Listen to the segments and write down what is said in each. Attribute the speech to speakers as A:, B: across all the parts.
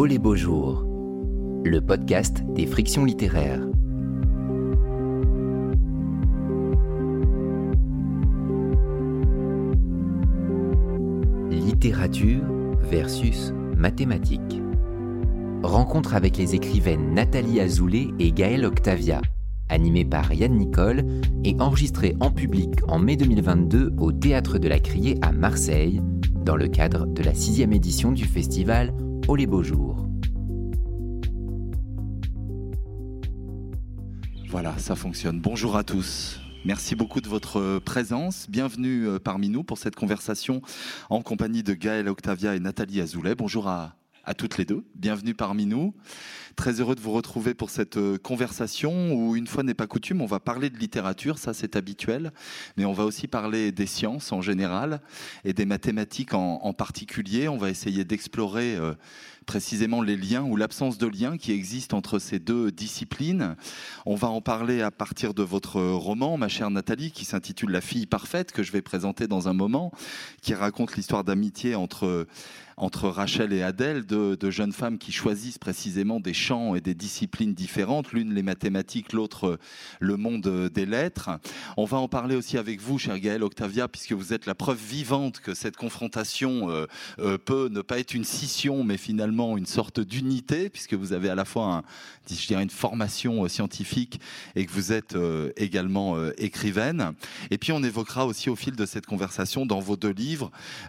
A: Oh les beaux jours, le podcast des frictions littéraires. Littérature versus mathématiques. Rencontre avec les écrivaines Nathalie Azoulay et Gaëlle Octavia, animée par Yann Nicole et enregistrée en public en mai 2022 au Théâtre de la Criée à Marseille, dans le cadre de la 6e édition du festival Oh les beaux jours.
B: Voilà, ça fonctionne. Bonjour à tous. Merci beaucoup de votre présence. Bienvenue parmi nous pour cette conversation en compagnie de Gaëlle Octavia et Nathalie Azoulay. Bonjour à toutes les deux. Bienvenue parmi nous. Très heureux de vous retrouver pour cette conversation où, une fois n'est pas coutume, on va parler de littérature, ça c'est habituel, mais on va aussi parler des sciences en général et des mathématiques en particulier. On va essayer d'explorer précisément les liens ou l'absence de liens qui existent entre ces deux disciplines. On va en parler à partir de votre roman, ma chère Nathalie, qui s'intitule La fille parfaite, que je vais présenter dans un moment, qui raconte l'histoire d'amitié entre Rachel et Adèle, deux jeunes femmes qui choisissent précisément des champs et des disciplines différentes, l'une les mathématiques, l'autre le monde des lettres. On va en parler aussi avec vous, chère Gaëlle Octavia, puisque vous êtes la preuve vivante que cette confrontation peut ne pas être une scission, mais finalement une sorte d'unité, puisque vous avez à la fois une formation scientifique et que vous êtes également écrivaine. Et puis on évoquera aussi au fil de cette conversation, dans vos deux livres,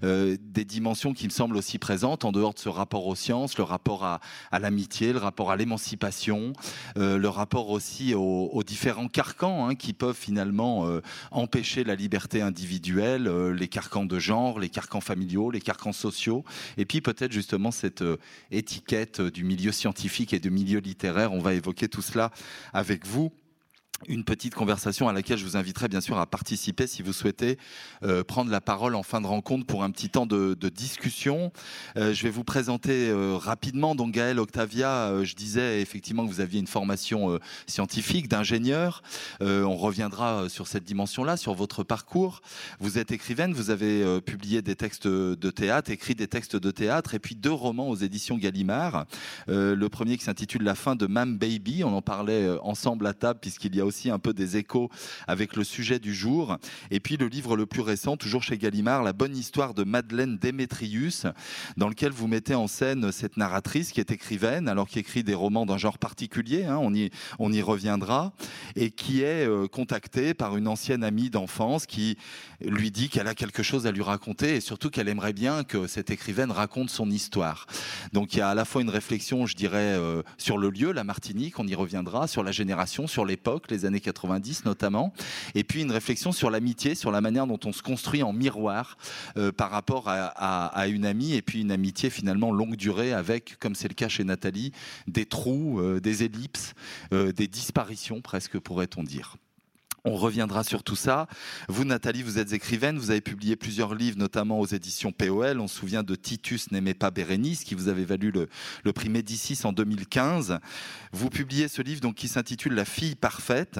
B: des dimensions qui me semblent aussi présentes en dehors de ce rapport aux sciences, le rapport à l'amitié, le rapport à l'émancipation, le rapport aussi aux différents carcans qui peuvent finalement empêcher la liberté individuelle, les carcans de genre, les carcans familiaux, les carcans sociaux, et puis peut-être justement cette étiquette du milieu scientifique et du milieu littéraire. On va évoquer tout cela avec vous. Une petite conversation à laquelle je vous inviterai bien sûr à participer si vous souhaitez prendre la parole en fin de rencontre pour un petit temps de discussion. Je vais vous présenter rapidement. Donc Gaëlle Octavia, je disais effectivement que vous aviez une formation scientifique d'ingénieur. On reviendra sur cette dimension-là, sur votre parcours. Vous êtes écrivaine, vous avez publié des textes de théâtre, écrit des textes de théâtre et puis 2 romans aux éditions Gallimard. Le premier qui s'intitule La fin de Mam Baby. On en parlait ensemble à table puisqu'il y a aussi un peu des échos avec le sujet du jour. Et puis le livre le plus récent, toujours chez Gallimard, La bonne histoire de Madeleine Démétrius, dans lequel vous mettez en scène cette narratrice qui est écrivaine, alors qui écrit des romans d'un genre particulier, on y reviendra, et qui est contactée par une ancienne amie d'enfance qui lui dit qu'elle a quelque chose à lui raconter et surtout qu'elle aimerait bien que cette écrivaine raconte son histoire. Donc il y a à la fois une réflexion, je dirais, sur le lieu, la Martinique, on y reviendra, sur la génération, sur l'époque, les années 90 notamment, et puis une réflexion sur l'amitié, sur la manière dont on se construit en miroir par rapport à une amie, et puis une amitié finalement longue durée avec, comme c'est le cas chez Nathalie, des trous, des ellipses, des disparitions presque pourrait-on dire. On reviendra sur tout ça. Vous, Nathalie, vous êtes écrivaine, vous avez publié plusieurs livres, notamment aux éditions POL. On se souvient de Titus n'aimait pas Bérénice, qui vous avait valu le prix Médicis en 2015. Vous publiez ce livre donc, qui s'intitule La fille parfaite,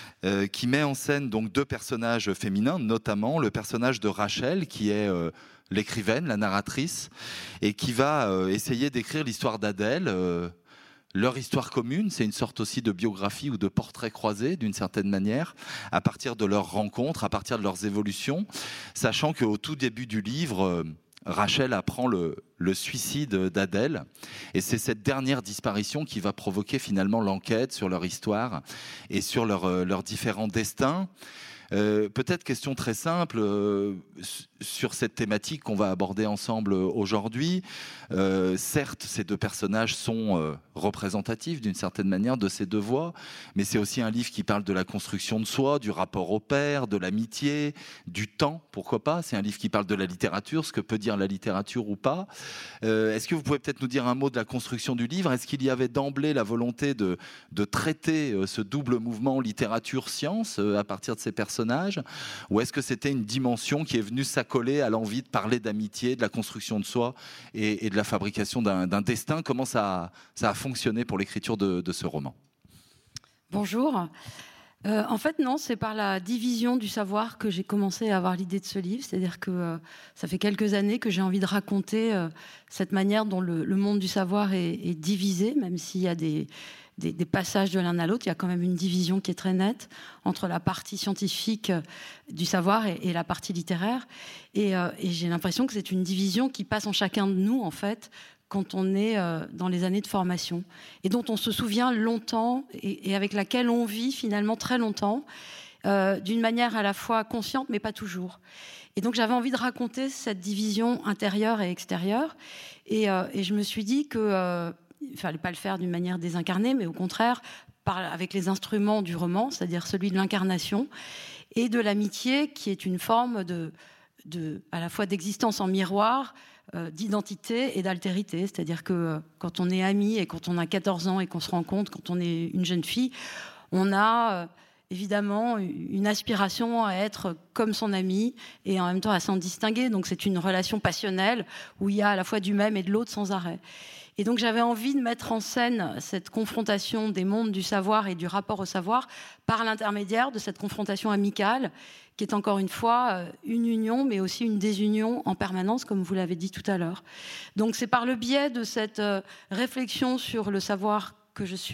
B: qui met en scène donc 2 personnages féminins, notamment le personnage de Rachel, qui est l'écrivaine, la narratrice, et qui va essayer d'écrire l'histoire d'Adèle, leur histoire commune. C'est une sorte aussi de biographie ou de portrait croisé d'une certaine manière, à partir de leurs rencontres, à partir de leurs évolutions, sachant qu'au tout début du livre, Rachel apprend le suicide d'Adèle, et c'est cette dernière disparition qui va provoquer finalement l'enquête sur leur histoire et sur leurs différents destins. Peut-être question très simple sur cette thématique qu'on va aborder ensemble aujourd'hui. Certes, ces 2 personnages sont représentatifs d'une certaine manière de ces 2 voix, mais c'est aussi un livre qui parle de la construction de soi, du rapport au père, de l'amitié, du temps, pourquoi pas. C'est un livre qui parle de la littérature, ce que peut dire la littérature ou pas. Est-ce que vous pouvez peut-être nous dire un mot de la construction du livre ? Est-ce qu'il y avait d'emblée la volonté de traiter ce double mouvement littérature-science à partir de ces personnages ? Ou est-ce que c'était une dimension qui est venue s'accoler à l'envie de parler d'amitié, de la construction de soi et de la fabrication d'un destin ? Comment ça a fonctionné pour l'écriture de ce roman ?
C: Bonjour. En fait, non, c'est par la division du savoir que j'ai commencé à avoir l'idée de ce livre. C'est-à-dire que ça fait quelques années que j'ai envie de raconter cette manière dont le monde du savoir est divisé, même s'il y a des passages de l'un à l'autre. Il y a quand même une division qui est très nette entre la partie scientifique du savoir et la partie littéraire. Et j'ai l'impression que c'est une division qui passe en chacun de nous, en fait, quand on est dans les années de formation, et dont on se souvient longtemps, et avec laquelle on vit finalement très longtemps, d'une manière à la fois consciente, mais pas toujours. Et donc j'avais envie de raconter cette division intérieure et extérieure, et je me suis dit qu'il ne fallait pas le faire d'une manière désincarnée, mais au contraire, avec les instruments du roman, c'est-à-dire celui de l'incarnation, et de l'amitié, qui est une forme à la fois d'existence en miroir, d'identité et d'altérité. C'est-à-dire que quand on est amis et quand on a 14 ans et qu'on se rend compte, quand on est une jeune fille, on a évidemment une aspiration à être comme son ami et en même temps à s'en distinguer. Donc c'est une relation passionnelle où il y a à la fois du même et de l'autre sans arrêt. Et donc j'avais envie de mettre en scène cette confrontation des mondes du savoir et du rapport au savoir par l'intermédiaire de cette confrontation amicale qui est encore une fois une union mais aussi une désunion en permanence, comme vous l'avez dit tout à l'heure. Donc c'est par le biais de cette réflexion sur le savoir que je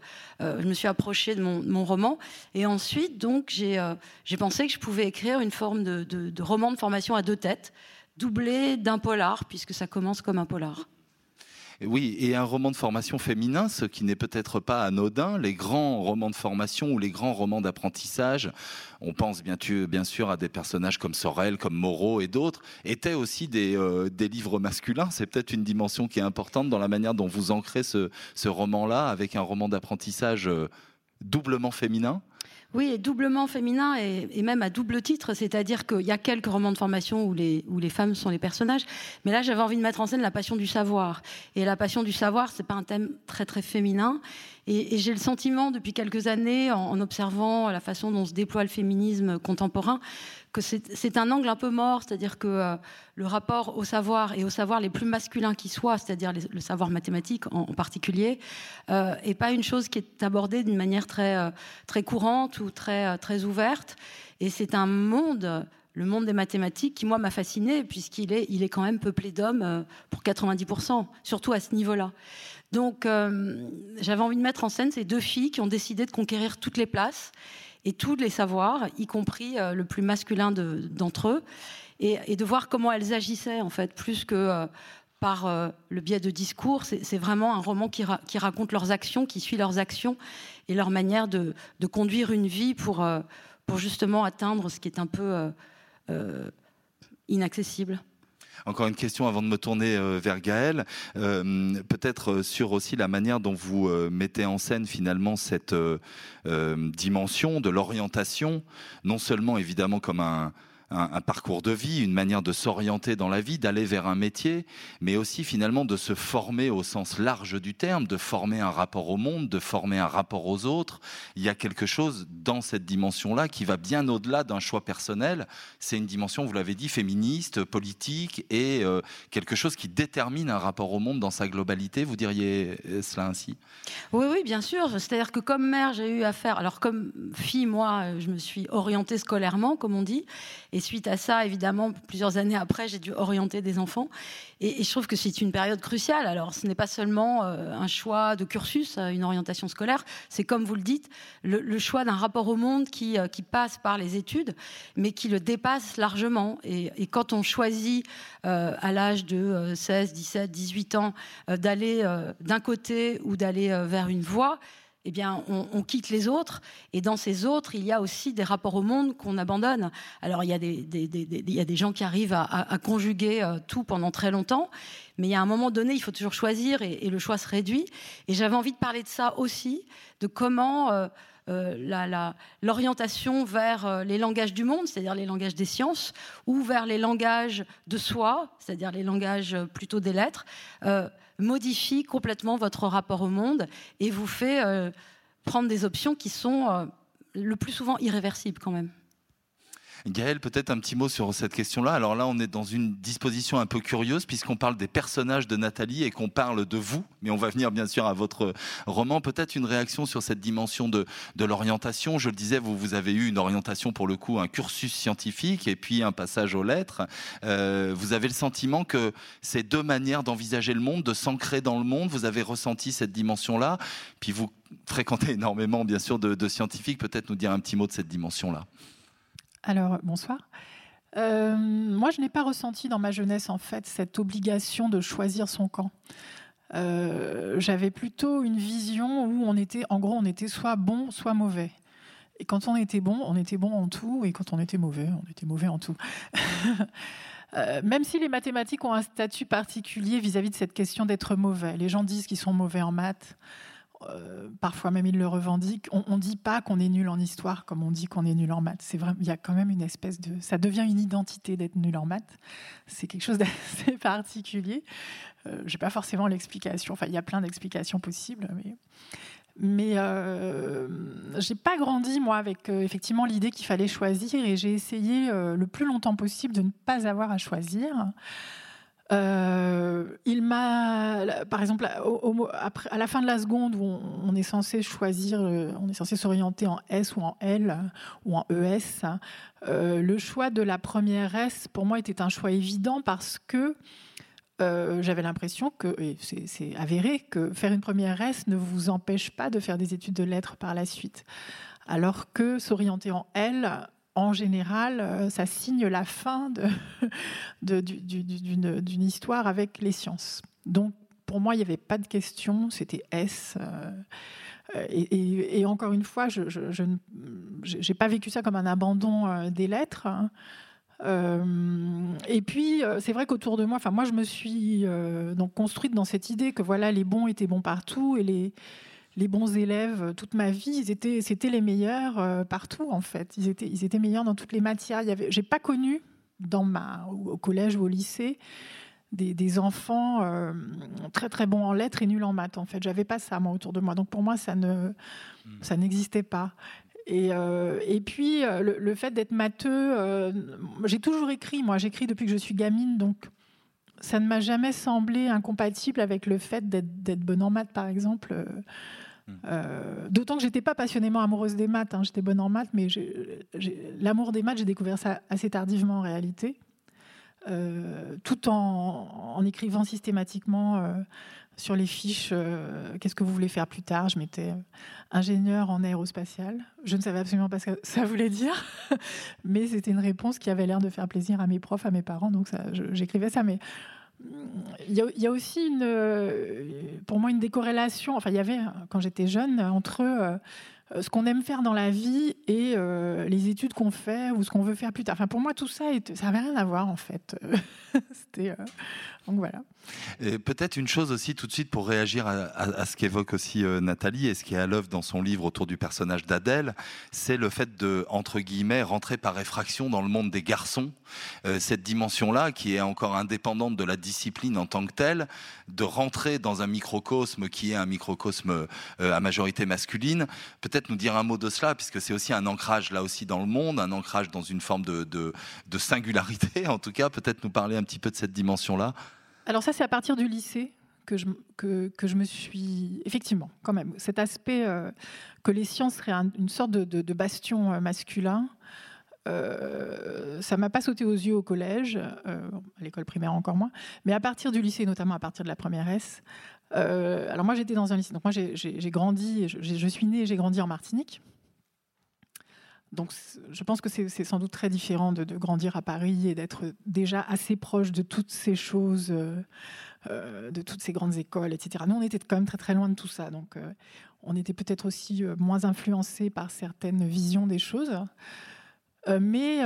C: me suis approchée de mon roman. Et ensuite, donc, j'ai pensé que je pouvais écrire une forme de roman de formation à deux têtes, doublé d'un polar, puisque ça commence comme un polar.
B: Oui, et un roman de formation féminin, ce qui n'est peut-être pas anodin. Les grands romans de formation ou les grands romans d'apprentissage, on pense bien sûr à des personnages comme Sorel, comme Moreau et d'autres, étaient aussi des livres masculins. C'est peut-être une dimension qui est importante dans la manière dont vous ancrez ce roman-là avec un roman d'apprentissage doublement féminin.
C: Oui, et doublement féminin et même à double titre, c'est-à-dire qu'il y a quelques romans de formation où les femmes sont les personnages, mais là j'avais envie de mettre en scène la passion du savoir. Et la passion du savoir, c'est pas un thème très très féminin. Et j'ai le sentiment depuis quelques années, en observant la façon dont se déploie le féminisme contemporain, que c'est un angle un peu mort, c'est-à-dire que le rapport au savoir et au savoir les plus masculins qui soient, c'est-à-dire le savoir mathématique en particulier, est pas une chose qui est abordée d'une manière très, très courante ou très, très ouverte. Et c'est un monde, le monde des mathématiques, qui moi m'a fascinée, puisqu'il est quand même peuplé d'hommes pour 90%, surtout à ce niveau-là. Donc j'avais envie de mettre en scène ces deux filles qui ont décidé de conquérir toutes les places et tous les savoirs, y compris le plus masculin d'entre eux, et de voir comment elles agissaient, en fait, plus que par le biais de discours. C'est vraiment un roman qui raconte leurs actions, qui suit leurs actions et leur manière de conduire une vie pour justement atteindre ce qui est un peu inaccessible.
B: Encore une question avant de me tourner vers Gaël, peut-être sur aussi la manière dont vous mettez en scène finalement cette dimension de l'orientation, non seulement évidemment comme un parcours de vie, une manière de s'orienter dans la vie, d'aller vers un métier, mais aussi finalement de se former au sens large du terme, de former un rapport au monde, de former un rapport aux autres. Il y a quelque chose dans cette dimension-là qui va bien au-delà d'un choix personnel. C'est une dimension, vous l'avez dit, féministe, politique et quelque chose qui détermine un rapport au monde dans sa globalité. Vous diriez cela ainsi ?
C: Oui, bien sûr. C'est-à-dire que comme mère, j'ai eu affaire... Alors comme fille, moi, je me suis orientée scolairement, comme on dit. Et suite à ça, évidemment, plusieurs années après, j'ai dû orienter des enfants. Et je trouve que c'est une période cruciale. Alors, ce n'est pas seulement un choix de cursus, une orientation scolaire. C'est, comme vous le dites, le choix d'un rapport au monde qui passe par les études, mais qui le dépasse largement. Et quand on choisit, à l'âge de 16, 17, 18 ans, d'aller d'un côté ou d'aller vers une voie, eh bien, on quitte les autres. Et dans ces autres, il y a aussi des rapports au monde qu'on abandonne. Alors, il y a des gens qui arrivent à conjuguer tout pendant très longtemps. Mais il y a un moment donné, il faut toujours choisir et le choix se réduit. Et j'avais envie de parler de ça aussi, de comment l'orientation vers les langages du monde, c'est-à-dire les langages des sciences, ou vers les langages de soi, c'est-à-dire les langages plutôt des lettres, modifie complètement votre rapport au monde et vous fait prendre des options qui sont le plus souvent irréversibles quand même.
B: Gaël, peut-être un petit mot sur cette question-là. Alors là, on est dans une disposition un peu curieuse puisqu'on parle des personnages de Nathalie et qu'on parle de vous, mais on va venir bien sûr à votre roman. Peut-être une réaction sur cette dimension de l'orientation. Je le disais, vous avez eu une orientation pour le coup, un cursus scientifique et puis un passage aux lettres. Vous avez le sentiment que ces deux manières d'envisager le monde, de s'ancrer dans le monde, vous avez ressenti cette dimension-là. Puis vous fréquentez énormément bien sûr de scientifiques. Peut-être nous dire un petit mot de cette dimension-là.
D: Alors, bonsoir. Moi, je n'ai pas ressenti dans ma jeunesse, en fait, cette obligation de choisir son camp. J'avais plutôt une vision où on était soit bon, soit mauvais. Et quand on était bon en tout. Et quand on était mauvais en tout. Même si les mathématiques ont un statut particulier vis-à-vis de cette question d'être mauvais. Les gens disent qu'ils sont mauvais en maths. Parfois même ils le revendiquent. On ne dit pas qu'on est nul en histoire comme on dit qu'on est nul en maths. C'est vrai, il y a quand même une espèce de... Ça devient une identité d'être nul en maths. C'est quelque chose d'assez particulier. Je n'ai pas forcément l'explication. Enfin, il y a plein d'explications possibles. Mais j'ai pas grandi, moi, avec effectivement l'idée qu'il fallait choisir. Et j'ai essayé le plus longtemps possible de ne pas avoir à choisir. Il m'a, par exemple, à la fin de la seconde où on est censé choisir, on est censé s'orienter en S ou en L ou en ES, le choix de la première S, pour moi, était un choix évident parce que j'avais l'impression que, et c'est avéré, que faire une première S ne vous empêche pas de faire des études de lettres par la suite. Alors que s'orienter en L, en général, ça signe la fin d'une histoire avec les sciences. Donc, pour moi, il n'y avait pas de question, c'était S. Et encore une fois, je n'ai pas vécu ça comme un abandon des lettres. Et puis, c'est vrai qu'autour de moi, moi, je me suis donc construite dans cette idée que voilà, les bons étaient bons partout et les bons élèves, toute ma vie, c'était les meilleurs partout, en fait. Ils étaient meilleurs dans toutes les matières. J'ai pas connu, au collège ou au lycée, des enfants très, très bons en lettres et nuls en maths, en fait. J'avais pas ça, moi, autour de moi. Donc, pour moi, ça n'existait pas. Et puis, le fait d'être matheux, j'ai toujours écrit. Moi, j'écris depuis que je suis gamine, donc ça ne m'a jamais semblé incompatible avec le fait d'être bonne en maths, par exemple. D'autant que j'étais pas passionnément amoureuse des maths. J'étais bonne en maths, mais l'amour des maths, j'ai découvert ça assez tardivement en réalité. Tout en écrivant systématiquement sur les fiches qu'est-ce que vous voulez faire plus tard. Je mettais ingénieur en aérospatial. Je ne savais absolument pas ce que ça voulait dire, mais c'était une réponse qui avait l'air de faire plaisir à mes profs, à mes parents, donc j'écrivais ça. Mais il y a aussi pour moi une décorrélation. Enfin, il y avait, quand j'étais jeune, entre ce qu'on aime faire dans la vie et les études qu'on fait ou ce qu'on veut faire plus tard. Enfin, pour moi, tout ça, ça n'avait rien à voir, en fait. Donc voilà.
B: Et peut-être une chose aussi tout de suite pour réagir à ce qu'évoque aussi Nathalie et ce qui est à l'œuvre dans son livre autour du personnage d'Adèle, c'est le fait de, entre guillemets, rentrer par effraction dans le monde des garçons. Cette dimension-là, qui est encore indépendante de la discipline en tant que telle, de rentrer dans un microcosme qui est un microcosme à majorité masculine. Peut-être nous dire un mot de cela, puisque c'est aussi un ancrage là aussi dans le monde, un ancrage dans une forme de singularité, en tout cas. Peut-être nous parler un petit peu de cette dimension-là.
D: Alors ça, c'est à partir du lycée que je me suis... Effectivement, quand même, cet aspect que les sciences seraient une sorte de bastion masculin, ça ne m'a pas sauté aux yeux au collège, à l'école primaire encore moins, mais à partir du lycée, notamment à partir de la première S. Alors moi, j'étais dans un lycée, donc moi j'ai grandi, je suis née et j'ai grandi en Martinique. Donc, je pense que c'est sans doute très différent de grandir à Paris et d'être déjà assez proche de toutes ces choses, de toutes ces grandes écoles, etc. Nous, on était quand même très, très loin de tout ça. Donc, on était peut-être aussi moins influencés par certaines visions des choses. Mais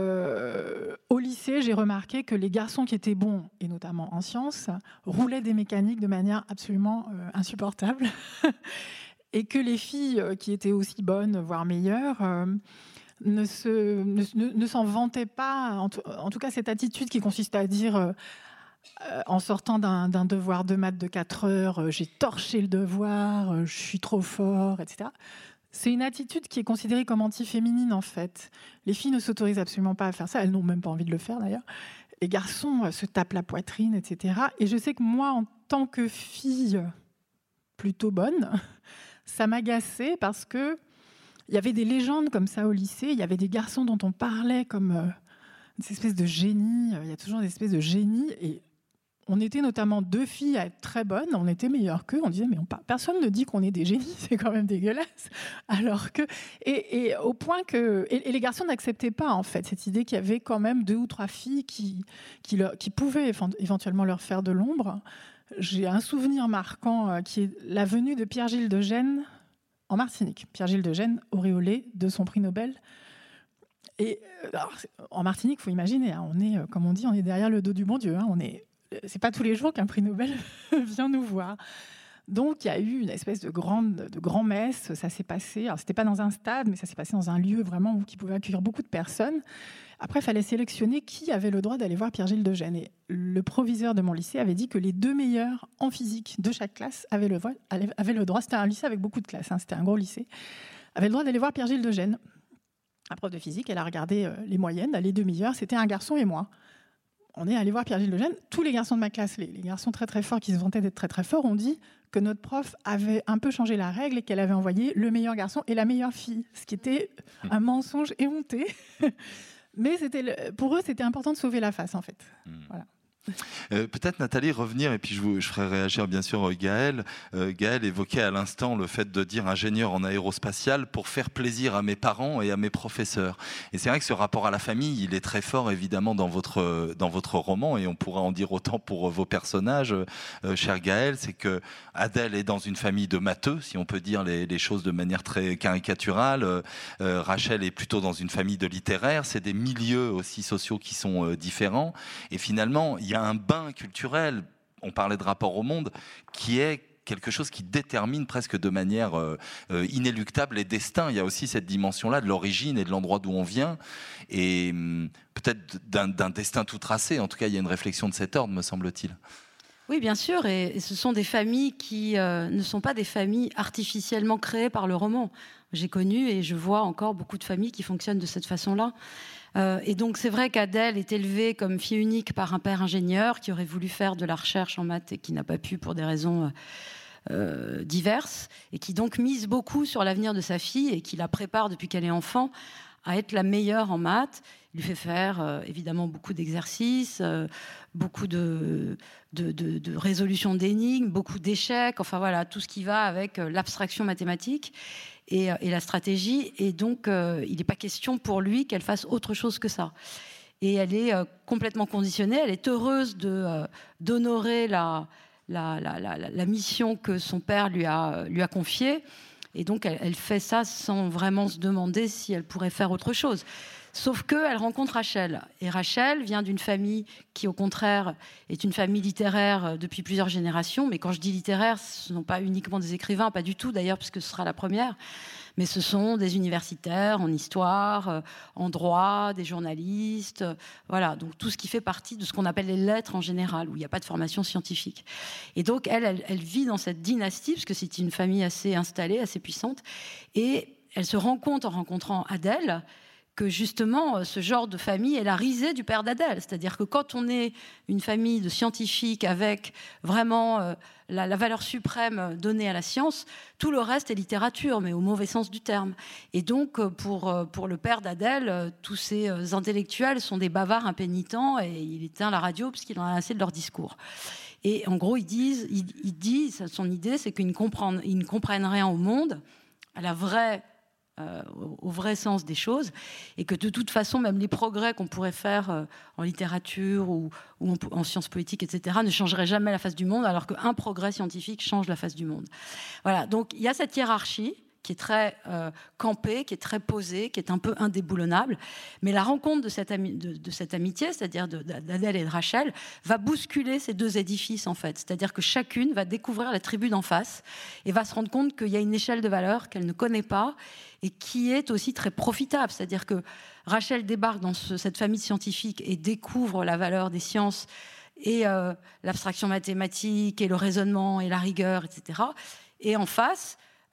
D: au lycée, j'ai remarqué que les garçons qui étaient bons, et notamment en sciences, roulaient des mécaniques de manière absolument insupportable. Et que les filles qui étaient aussi bonnes, voire meilleures, ne s'en vantaient pas. En tout cas, cette attitude qui consiste à dire, en sortant d'un devoir de maths de 4 heures, j'ai torché le devoir, je suis trop fort, etc. C'est une attitude qui est considérée comme anti-féminine, en fait. Les filles ne s'autorisent absolument pas à faire ça. Elles n'ont même pas envie de le faire, d'ailleurs. Les garçons se tapent la poitrine, etc. Et je sais que moi, en tant que fille plutôt bonne, ça m'agaçait parce que il y avait des légendes comme ça au lycée. Il y avait des garçons dont on parlait comme des espèces de génies. Il y a toujours des espèces de génies. Et on était notamment 2 filles à être très bonnes. On était meilleures qu'eux. On disait, mais personne ne dit qu'on est des génies. C'est quand même dégueulasse. Alors que... Et au point que... Et les garçons n'acceptaient pas, en fait, cette idée qu'il y avait quand même 2 ou 3 filles qui pouvaient éventuellement leur faire de l'ombre. J'ai un souvenir marquant qui est la venue de Pierre-Gilles de Gennes en Martinique. Pierre-Gilles de Gennes, auréolé de son prix Nobel. Et alors, en Martinique, il faut imaginer, hein, on est, comme on dit, on est derrière le dos du bon Dieu. Hein, c'est pas tous les jours qu'un prix Nobel vient nous voir. Donc, il y a eu une espèce de grand-messe. Ça s'est passé. Alors, c'était pas dans un stade, mais ça s'est passé dans un lieu vraiment qui pouvait accueillir beaucoup de personnes. Après, il fallait sélectionner qui avait le droit d'aller voir Pierre-Gilles de Gennes. Et le proviseur de mon lycée avait dit que les 2 meilleurs en physique de chaque classe avaient le droit. C'était un lycée avec beaucoup de classes. Hein, c'était un gros lycée. Avaient le droit d'aller voir Pierre-Gilles de Gennes. La prof de physique, elle a regardé les moyennes. Les 2 meilleurs, c'était un garçon et moi. On est allé voir Pierre-Gilles de Gennes. Tous les garçons de ma classe, les garçons très très forts qui se vantaient d'être très très forts, ont dit que notre prof avait un peu changé la règle et qu'elle avait envoyé le meilleur garçon et la meilleure fille, ce qui était un mensonge éhonté. Mais pour eux, c'était important de sauver la face, en fait. Voilà.
B: Peut-être Nathalie, revenir, et puis je ferai réagir bien sûr Gaël. Gaël évoquait à l'instant le fait de dire ingénieur en aérospatial pour faire plaisir à mes parents et à mes professeurs. Et c'est vrai que ce rapport à la famille, il est très fort évidemment dans votre roman, et on pourra en dire autant pour vos personnages, cher Gaël. C'est que Adèle est dans une famille de matheux, si on peut dire les choses de manière très caricaturale. Rachel est plutôt dans une famille de littéraires. C'est des milieux aussi sociaux qui sont différents. Et finalement, il y a un bain culturel, on parlait de rapport au monde, qui est quelque chose qui détermine presque de manière inéluctable les destins. Il y a aussi cette dimension-là de l'origine et de l'endroit d'où on vient, et peut-être d'un destin tout tracé. En tout cas, il y a une réflexion de cet ordre, me semble-t-il.
C: Oui, bien sûr, et ce sont des familles qui ne sont pas des familles artificiellement créées par le roman. J'ai connu et je vois encore beaucoup de familles qui fonctionnent de cette façon-là. Et donc c'est vrai qu'Adèle est élevée comme fille unique par un père ingénieur qui aurait voulu faire de la recherche en maths et qui n'a pas pu pour des raisons diverses, et qui donc mise beaucoup sur l'avenir de sa fille et qui la prépare depuis qu'elle est enfant à être la meilleure en maths. Il lui fait faire évidemment beaucoup d'exercices, beaucoup de résolution d'énigmes, beaucoup d'échecs, enfin voilà, tout ce qui va avec l'abstraction mathématique et la stratégie. Et donc, il n'est pas question pour lui qu'elle fasse autre chose que ça. Et elle est complètement conditionnée. Elle est heureuse d'honorer la mission que son père lui a confiée. Et donc, elle fait ça sans vraiment se demander si elle pourrait faire autre chose. Sauf qu'elle rencontre Rachel. Et Rachel vient d'une famille qui, au contraire, est une famille littéraire depuis plusieurs générations. Mais quand je dis littéraire, ce ne sont pas uniquement des écrivains, pas du tout d'ailleurs, puisque ce sera la première. Mais ce sont des universitaires en histoire, en droit, des journalistes. Voilà, donc tout ce qui fait partie de ce qu'on appelle les lettres en général, où il n'y a pas de formation scientifique. Et donc, elle vit dans cette dynastie, parce que c'est une famille assez installée, assez puissante. Et elle se rend compte, en rencontrant Adèle, que justement, ce genre de famille est la risée du père d'Adèle. C'est-à-dire que quand on est une famille de scientifiques avec vraiment la valeur suprême donnée à la science, tout le reste est littérature, mais au mauvais sens du terme. Et donc, pour le père d'Adèle, tous ces intellectuels sont des bavards impénitents, et il éteint la radio parce qu'il en a assez de leur discours. Et en gros, il dit, son idée, c'est qu'ils ne comprennent rien au monde, au vrai sens des choses, et que de toute façon, même les progrès qu'on pourrait faire en littérature ou en sciences politiques, etc., ne changeraient jamais la face du monde, alors qu'un progrès scientifique change la face du monde. Voilà, donc il y a cette hiérarchie qui est très campée, qui est très posée, qui est un peu indéboulonnable. Mais la rencontre de cette amitié, c'est-à-dire d'Adèle et de Rachel, va bousculer ces deux édifices, en fait. C'est-à-dire que chacune va découvrir la tribu d'en face et va se rendre compte qu'il y a une échelle de valeur qu'elle ne connaît pas et qui est aussi très profitable. C'est-à-dire que Rachel débarque dans cette famille scientifique et découvre la valeur des sciences et l'abstraction mathématique et le raisonnement et la rigueur, etc. Et en face,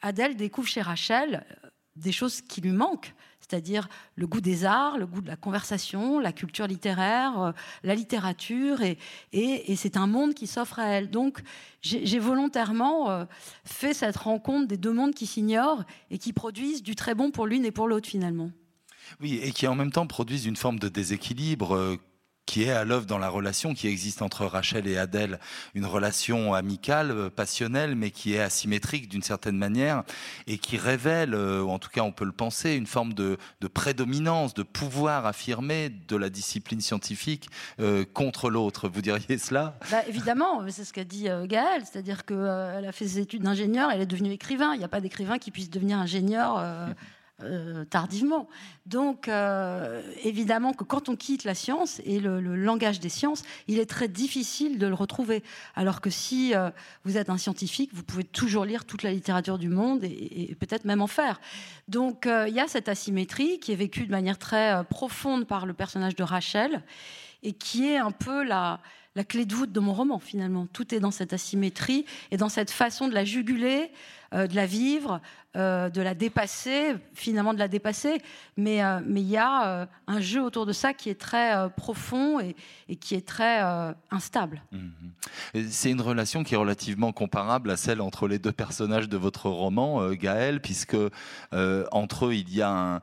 C: Adèle découvre chez Rachel des choses qui lui manquent, c'est-à-dire le goût des arts, le goût de la conversation, la culture littéraire, la littérature, et c'est un monde qui s'offre à elle. Donc j'ai volontairement fait cette rencontre des deux mondes qui s'ignorent et qui produisent du très bon pour l'une et pour l'autre finalement.
B: Oui, et qui en même temps produisent une forme de déséquilibre qui est à l'œuvre dans la relation qui existe entre Rachel et Adèle, une relation amicale, passionnelle, mais qui est asymétrique d'une certaine manière, et qui révèle, ou en tout cas on peut le penser, une forme de prédominance, de pouvoir affirmé de la discipline scientifique contre l'autre. Vous diriez cela ?
C: Évidemment, c'est ce qu'a dit Gaëlle, c'est-à-dire qu'elle a fait ses études d'ingénieur, elle est devenue écrivain. Il n'y a pas d'écrivain qui puisse devenir ingénieur tardivement. Donc, évidemment que quand on quitte la science et le langage des sciences, il est très difficile de le retrouver. Alors que si vous êtes un scientifique, vous pouvez toujours lire toute la littérature du monde et peut-être même en faire. Donc, il y a cette asymétrie qui est vécue de manière très profonde par le personnage de Rachel et qui est un peu la clé de voûte de mon roman, finalement. Tout est dans cette asymétrie et dans cette façon de la juguler, de la vivre, de la dépasser, finalement de la dépasser. Mais il y a un jeu autour de ça qui est très profond et qui est très instable.
B: C'est une relation qui est relativement comparable à celle entre les deux personnages de votre roman, Gaëlle, puisque entre eux, il y a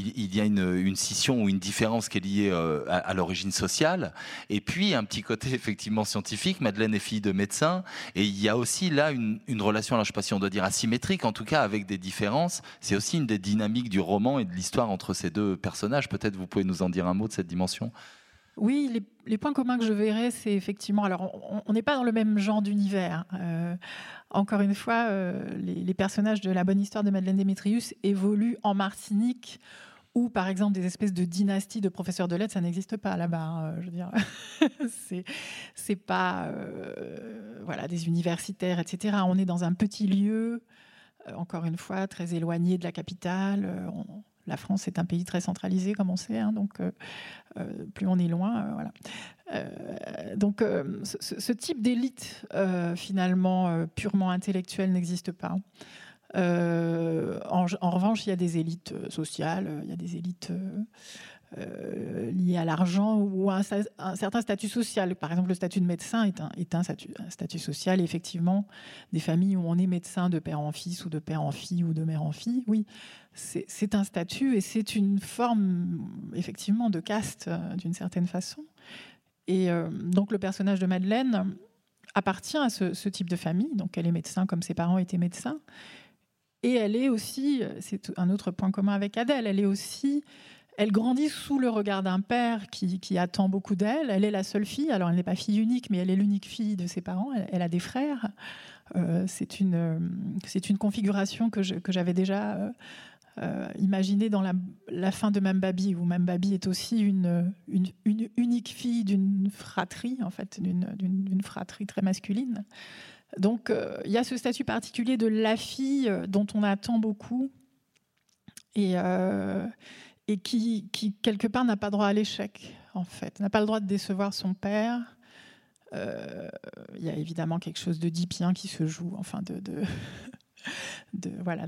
B: une scission ou une différence qui est liée à l'origine sociale, et puis un petit côté effectivement scientifique. Madeleine est fille de médecin, et il y a aussi là une relation, alors je ne sais pas si on doit dire asymétrique, en tout cas avec des différences. C'est aussi une des dynamiques du roman et de l'histoire entre ces deux personnages. Peut-être vous pouvez nous en dire un mot de cette dimension ?
D: Oui, les points communs que je verrais, c'est effectivement... Alors, on n'est pas dans le même genre d'univers. Encore une fois, les personnages de La Bonne Histoire de Madeleine Démétrius évoluent en Martinique, où, par exemple, des espèces de dynasties de professeurs de lettres, ça n'existe pas là-bas. Je veux dire, c'est pas voilà, des universitaires, etc. On est dans un petit lieu, encore une fois, très éloigné de la capitale. La France est un pays très centralisé, comme on sait, hein, donc plus on est loin, voilà. Donc ce type d'élite, finalement, purement intellectuelle, n'existe pas. En revanche, il y a des élites sociales, il y a des élites liées à l'argent ou à un certain statut social. Par exemple, le statut de médecin est un statut social. Et effectivement, des familles où on est médecin de père en fils ou de père en fille ou de mère en fille, oui, c'est un statut et c'est une forme, effectivement, de caste, d'une certaine façon. Et donc, le personnage de Madeleine appartient à ce type de famille. Donc, elle est médecin comme ses parents étaient médecins. Et elle est aussi, c'est un autre point commun avec Adèle, elle grandit sous le regard d'un père qui attend beaucoup d'elle. Elle est la seule fille, alors elle n'est pas fille unique, mais elle est l'unique fille de ses parents. Elle a des frères. C'est une configuration que j'avais déjà imaginée dans la fin de Mam Babi, où Mam Babi est aussi une unique fille d'une fratrie, en fait, d'une fratrie très masculine. Donc, il y a ce statut particulier de la fille dont on attend beaucoup et qui, quelque part, n'a pas droit à l'échec, en fait. N'a pas le droit de décevoir son père. Il y a évidemment quelque chose d'oedipien qui se joue, enfin, voilà,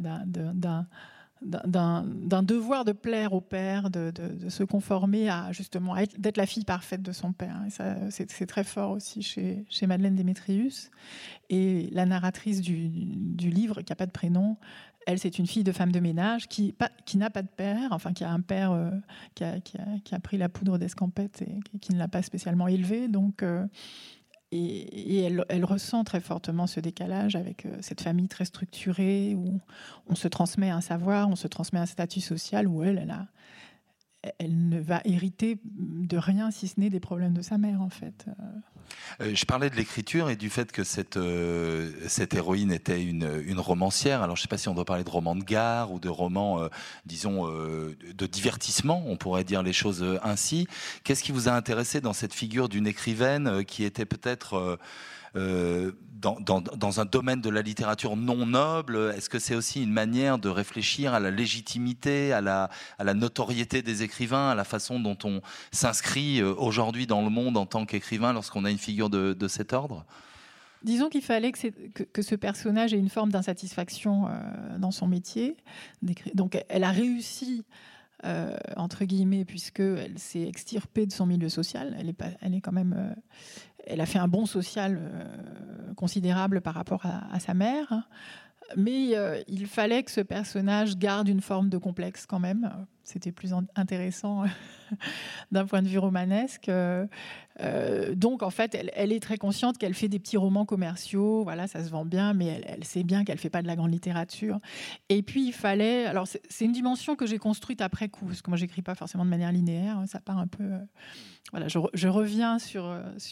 D: d'un devoir de plaire au père, de se conformer à, justement, d'être la fille parfaite de son père. Et ça, c'est très fort aussi chez Madeleine Démétrius. Et la narratrice du livre, qui n'a pas de prénom, elle, c'est une fille de femme de ménage qui n'a pas de père, enfin qui a un père qui a pris la poudre d'escampette et qui ne l'a pas spécialement élevée. Donc, et elle ressent très fortement ce décalage avec cette famille très structurée où on se transmet un savoir, on se transmet un statut social où elle ne va hériter de rien si ce n'est des problèmes de sa mère, en fait.
B: Je parlais de l'écriture et du fait que cette héroïne était une romancière. Alors, je ne sais pas si on doit parler de roman de gare ou de roman, disons, de divertissement, on pourrait dire les choses ainsi. Qu'est-ce qui vous a intéressé dans cette figure d'une écrivaine qui était peut-être... dans un domaine de la littérature non noble? Est-ce que c'est aussi une manière de réfléchir à la légitimité, à la notoriété des écrivains, à la façon dont on s'inscrit aujourd'hui dans le monde en tant qu'écrivain lorsqu'on a une figure de cet ordre?
D: Disons qu'il fallait que ce personnage ait une forme d'insatisfaction dans son métier. Donc elle a réussi, entre guillemets, puisqu'elle s'est extirpée de son milieu social. Elle est quand même... elle a fait un bond social considérable par rapport à sa mère. Mais il fallait que ce personnage garde une forme de complexe quand même. C'était plus intéressant d'un point de vue romanesque. Donc, en fait, elle est très consciente qu'elle fait des petits romans commerciaux. Voilà, ça se vend bien, mais elle sait bien qu'elle ne fait pas de la grande littérature. Et puis, il fallait... Alors, c'est une dimension que j'ai construite après coup, parce que moi, je n'écris pas forcément de manière linéaire. Ça part un peu... Voilà, je reviens sur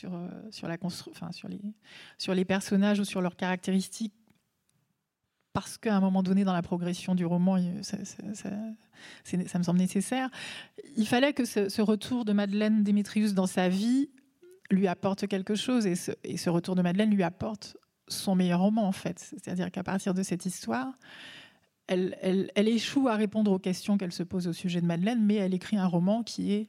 D: les personnages ou sur leurs caractéristiques, parce qu'à un moment donné, dans la progression du roman, ça me semble nécessaire. Il fallait que ce retour de Madeleine Démétrius dans sa vie lui apporte quelque chose, et ce retour de Madeleine lui apporte son meilleur roman, en fait. C'est-à-dire qu'à partir de cette histoire, elle échoue à répondre aux questions qu'elle se pose au sujet de Madeleine, mais elle écrit un roman qui est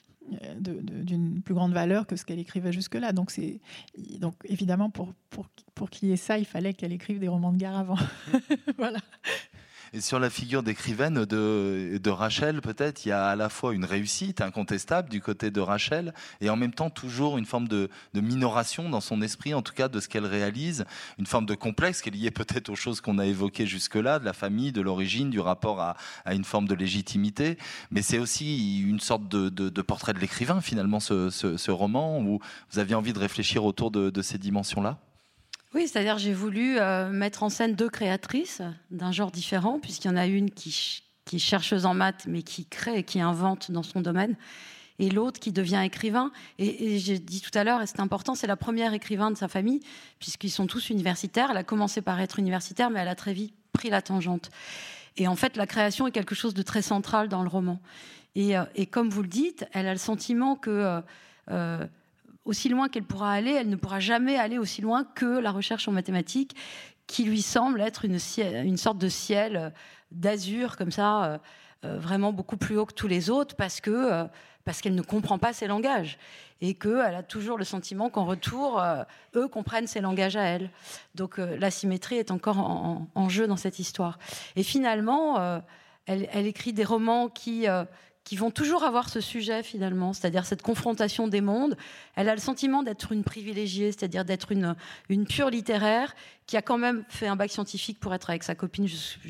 D: d'une plus grande valeur que ce qu'elle écrivait jusque-là. Donc évidemment, pour qu'il y ait ça, il fallait qu'elle écrive des romans de gare avant. Voilà.
B: Et sur la figure d'écrivaine de Rachel, peut-être, il y a à la fois une réussite incontestable du côté de Rachel, et en même temps toujours une forme de minoration dans son esprit, en tout cas de ce qu'elle réalise, une forme de complexe qui est liée peut-être aux choses qu'on a évoquées jusque-là, de la famille, de l'origine, du rapport à une forme de légitimité. Mais c'est aussi une sorte de portrait de l'écrivain, finalement, ce roman, où vous aviez envie de réfléchir autour de ces dimensions-là.
C: Oui, c'est-à-dire j'ai voulu mettre en scène deux créatrices d'un genre différent, puisqu'il y en a une qui est chercheuse en maths, mais qui crée et qui invente dans son domaine, et l'autre qui devient écrivain. Et j'ai dit tout à l'heure, et c'est important, c'est la première écrivain de sa famille, puisqu'ils sont tous universitaires. Elle a commencé par être universitaire, mais elle a très vite pris la tangente. Et en fait, la création est quelque chose de très central dans le roman. Et comme vous le dites, elle a le sentiment que... aussi loin qu'elle pourra aller, elle ne pourra jamais aller aussi loin que la recherche en mathématiques, qui lui semble être une sorte de ciel d'azur, comme ça, vraiment beaucoup plus haut que tous les autres, parce qu'elle ne comprend pas ces langages, et qu'elle a toujours le sentiment qu'en retour, eux comprennent ces langages à elle. Donc l'asymétrie est encore en jeu dans cette histoire. Et finalement, elle écrit des romans qui vont toujours avoir ce sujet, finalement, c'est-à-dire cette confrontation des mondes. Elle a le sentiment d'être une privilégiée, c'est-à-dire d'être une pure littéraire qui a quand même fait un bac scientifique pour être avec sa copine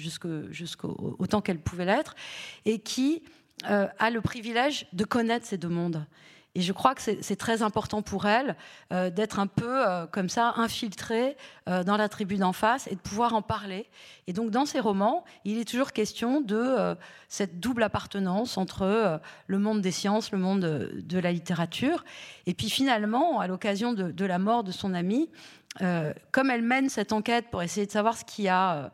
C: autant qu'elle pouvait l'être, et qui a le privilège de connaître ces deux mondes. Et je crois que c'est très important pour elle d'être un peu comme ça, infiltrée dans la tribu d'en face, et de pouvoir en parler. Et donc dans ces romans, il est toujours question de cette double appartenance entre le monde des sciences, le monde de la littérature. Et puis finalement, à l'occasion de la mort de son ami, comme elle mène cette enquête pour essayer de savoir ce qui a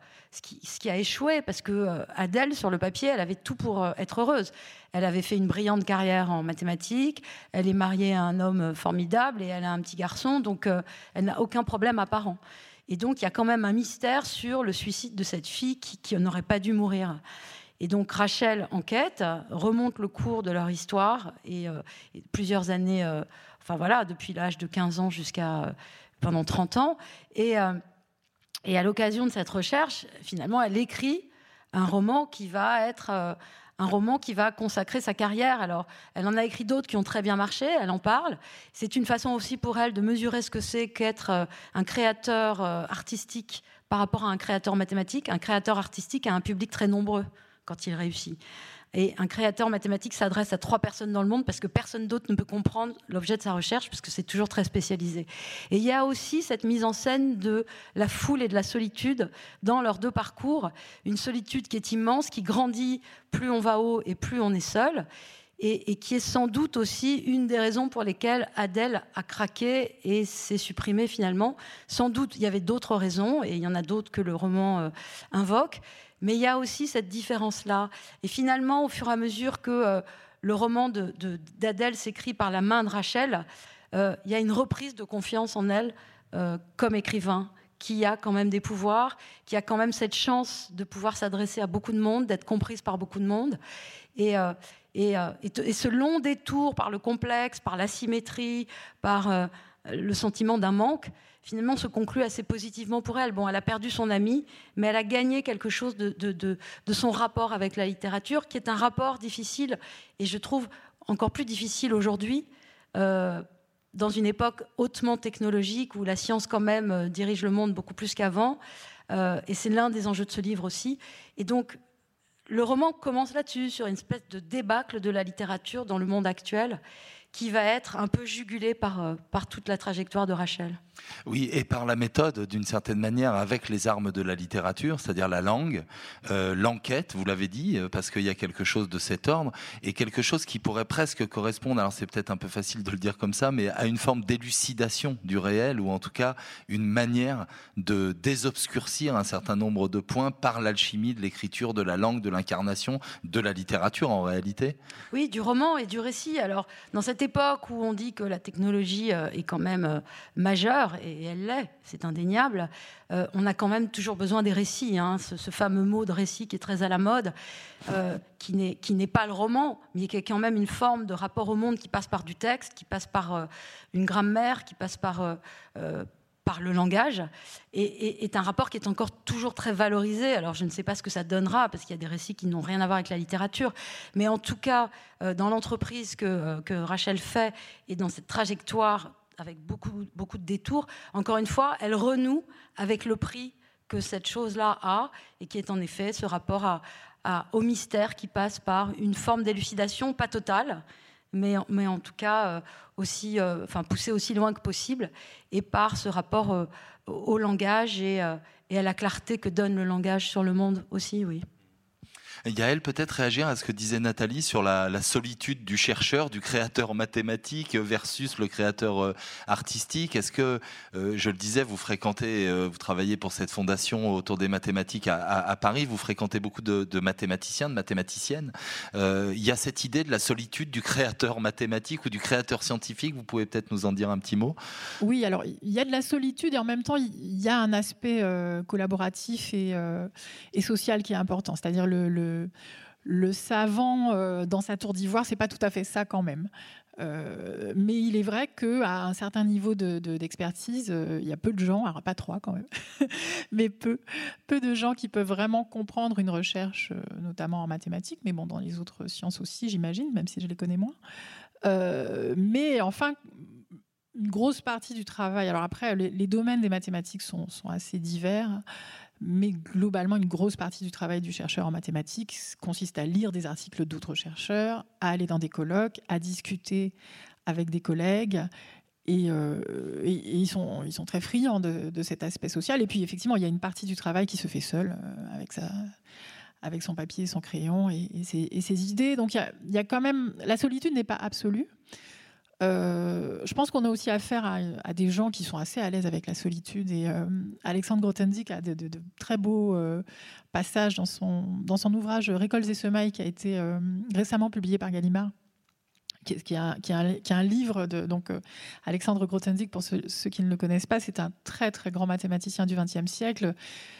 C: échoué, parce que Adèle, sur le papier, elle avait tout pour être heureuse. Elle avait fait une brillante carrière en mathématiques, elle est mariée à un homme formidable et elle a un petit garçon, donc elle n'a aucun problème apparent. Et donc il y a quand même un mystère sur le suicide de cette fille qui n'aurait pas dû mourir. Et donc Rachel enquête, remonte le cours de leur histoire, et plusieurs années, depuis l'âge de 15 ans jusqu'à pendant 30 ans, et à l'occasion de cette recherche, finalement, elle écrit un roman qui va être un roman qui va consacrer sa carrière. Alors, elle en a écrit d'autres qui ont très bien marché, elle en parle. C'est une façon aussi pour elle de mesurer ce que c'est qu'être un créateur artistique par rapport à un créateur mathématique. Un créateur artistique a un public très nombreux quand il réussit. Et un créateur mathématique s'adresse à 3 personnes dans le monde parce que personne d'autre ne peut comprendre l'objet de sa recherche, parce que c'est toujours très spécialisé. Et il y a aussi cette mise en scène de la foule et de la solitude dans leurs 2 parcours. Une solitude qui est immense, qui grandit plus on va haut et plus on est seul, et qui est sans doute aussi une des raisons pour lesquelles Adèle a craqué et s'est supprimée finalement. Sans doute, il y avait d'autres raisons, et il y en a d'autres que le roman invoque. Mais il y a aussi cette différence-là. Et finalement, au fur et à mesure que le roman d'Adèle s'écrit par la main de Rachel, il y a une reprise de confiance en elle comme écrivain, qui a quand même des pouvoirs, qui a quand même cette chance de pouvoir s'adresser à beaucoup de monde, d'être comprise par beaucoup de monde. Et ce long détour par le complexe, par l'asymétrie, par le sentiment d'un manque, finalement se conclut assez positivement pour elle. Bon, elle a perdu son ami, mais elle a gagné quelque chose de son rapport avec la littérature, qui est un rapport difficile, et je trouve encore plus difficile aujourd'hui, dans une époque hautement technologique, où la science quand même dirige le monde beaucoup plus qu'avant, et c'est l'un des enjeux de ce livre aussi. Et donc, le roman commence là-dessus, sur une espèce de débâcle de la littérature dans le monde actuel, qui va être un peu jugulé par toute la trajectoire de Rachel.
B: Oui, et par la méthode, d'une certaine manière, avec les armes de la littérature, c'est-à-dire la langue, l'enquête, vous l'avez dit, parce qu'il y a quelque chose de cet ordre, et quelque chose qui pourrait presque correspondre, alors c'est peut-être un peu facile de le dire comme ça, mais à une forme d'élucidation du réel, ou en tout cas une manière de désobscurcir un certain nombre de points par l'alchimie de l'écriture, de la langue, de l'incarnation, de la littérature en réalité.
C: Oui, du roman et du récit. Alors, dans cette époque où on dit que la technologie est quand même majeure, et elle l'est, c'est indéniable, on a quand même toujours besoin des récits, hein, ce fameux mot de récit qui est très à la mode, qui n'est pas le roman, mais qui est quand même une forme de rapport au monde qui passe par du texte, qui passe par une grammaire, qui passe par le langage, et est un rapport qui est encore toujours très valorisé. Alors je ne sais pas ce que ça donnera, parce qu'il y a des récits qui n'ont rien à voir avec la littérature, mais en tout cas, dans l'entreprise que Rachel fait, et dans cette trajectoire avec beaucoup de détours, encore une fois, elle renoue avec le prix que cette chose-là a, et qui est en effet ce rapport au mystère qui passe par une forme d'élucidation, pas totale, mais en tout cas aussi, poussée aussi loin que possible, et par ce rapport au langage et à la clarté que donne le langage sur le monde aussi, oui.
B: Yael, peut-être réagir à ce que disait Nathalie sur la solitude du chercheur, du créateur mathématique versus le créateur artistique. Est-ce que, je le disais, vous travaillez pour cette fondation autour des mathématiques à Paris, vous fréquentez beaucoup de mathématiciens, de mathématiciennes. Il y a cette idée de la solitude du créateur mathématique ou du créateur scientifique. Vous pouvez peut-être nous en dire un petit mot?
D: Oui, alors il y a de la solitude et en même temps il y a un aspect collaboratif et social qui est important. C'est-à-dire le savant dans sa tour d'ivoire, c'est pas tout à fait ça quand même. Mais il est vrai qu'à un certain niveau d'expertise, il y a peu de gens, alors pas 3 quand même, mais peu de gens qui peuvent vraiment comprendre une recherche, notamment en mathématiques, mais bon, dans les autres sciences aussi, j'imagine, même si je les connais moins. Mais enfin, une grosse partie du travail, alors après, les domaines des mathématiques sont assez divers, mais globalement, une grosse partie du travail du chercheur en mathématiques consiste à lire des articles d'autres chercheurs, à aller dans des colloques, à discuter avec des collègues. Et ils sont très friands de cet aspect social. Et puis, effectivement, il y a une partie du travail qui se fait seul, avec son papier, son crayon et ses idées. Donc, il y a quand même... La solitude n'est pas absolue. Je pense qu'on a aussi affaire à des gens qui sont assez à l'aise avec la solitude, et Alexandre Grothendieck a de très beaux passages dans son ouvrage Récoltes et semailles, qui a été récemment publié par Gallimard, qui est un livre donc Alexandre Grothendieck, pour ceux qui ne le connaissent pas, c'est un très très grand mathématicien du XXe siècle.